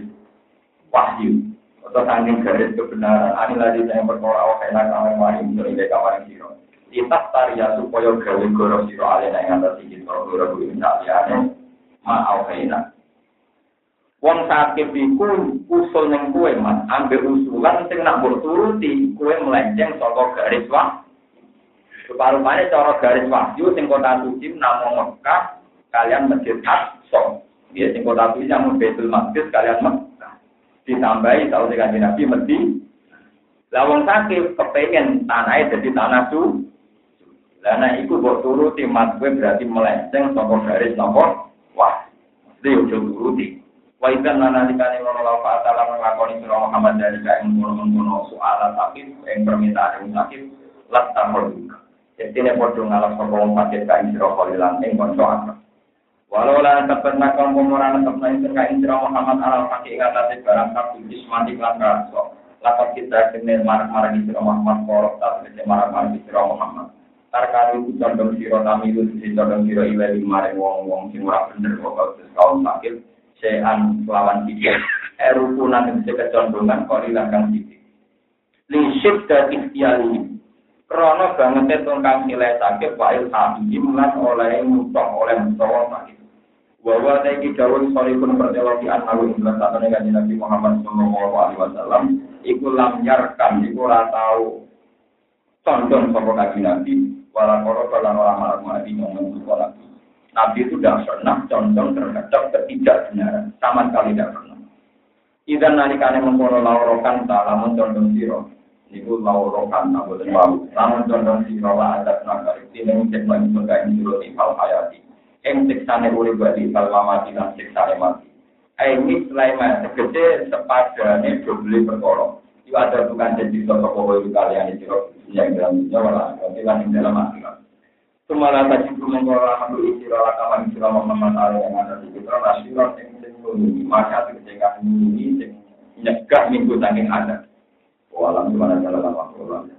wahyu atau angin garis kebenaran anil lagi yang berkora awak enak kamar wahyu menjadi kamar siro. Kita taria supaya gawe goro siro alena yang atas sikit goro goro ini saliane ma awak enak. Wong sakit iku usul neng kue mas ambil usulan sing nak berturuti kue melenceng saka garis wahyu. Rupa-rupanya cara garis wahyu sing kota suci namung Mekah kalian masjid Aqsa. Ya sing kota suci namung Baitul Maqdis kalian Mekah. Ditambahi tahun Kanjeng Nabi mesti. Lah wong sakit kepengin tanahe dadi tanah suci. Lah nek iku mbok turuti mat kowe berarti melenceng saka garis napa? Wah. Mesti ojo turuti. Wa ikan nalikane ngono la fa ta'ala nglakoni sira Muhammad dari kae ngono-ngono soal sakit ing permintaan sakit lat tamul. Jadi ini bodoh ngalap sokong paket kain siro kolilan ing konco akrab. Walau lan tepat nakal pemuran tetap naik kain siro Muhammad alal pakai ingatasi barang kabul ismati kelakar so. Lapat kita kenal marah-marah di siro Muhammad korok tapi kita marah-marah di siro Muhammad. Tarkali itu condong siro tamilu di condong siro iweli maring wong-wong sing ora bener kok kaum sakit sean lawan tiga. Eruku nanti bisa kecondongan kolilan kang titik. Lisip dan ikhtiari. Krono banget tongkang nilai sakit fa'il hamim lan oleh mutok oleh mutok sakit. Bahwa taiki dawuh salihun pertelogi annahu ing satane kanjeng Nabi Muhammad sallallahu alaihi wasallam iku lam yarkan iku ora tau condong sapa kanjeng Nabi wala karo lan ora marang ngomong sekolah. Nabi itu tidak pernah condong terhadap ketidakbenaran sama sekali tidak pernah. Idan nalikane mengkono lawrokan ta lamun condong sira niku lawrokan ta boten wau lamun condong sira wa adat nakal tineng cek lan surga ing jero hal hayati ing siksane urip bali salawati lan siksane mati ai mislaima tegese sepadane dobel perkara iku ada bukan jadi sosok kowe kalian jero yang dalam jawa lan ing dalam akhirat Semala tadi mengkorak menurut istirahat kawan istirahat Muhammad yang ada di kita nasional yang sendiri maka ketika ini nyegah minggu tanging ada. Walau di mana jalan apa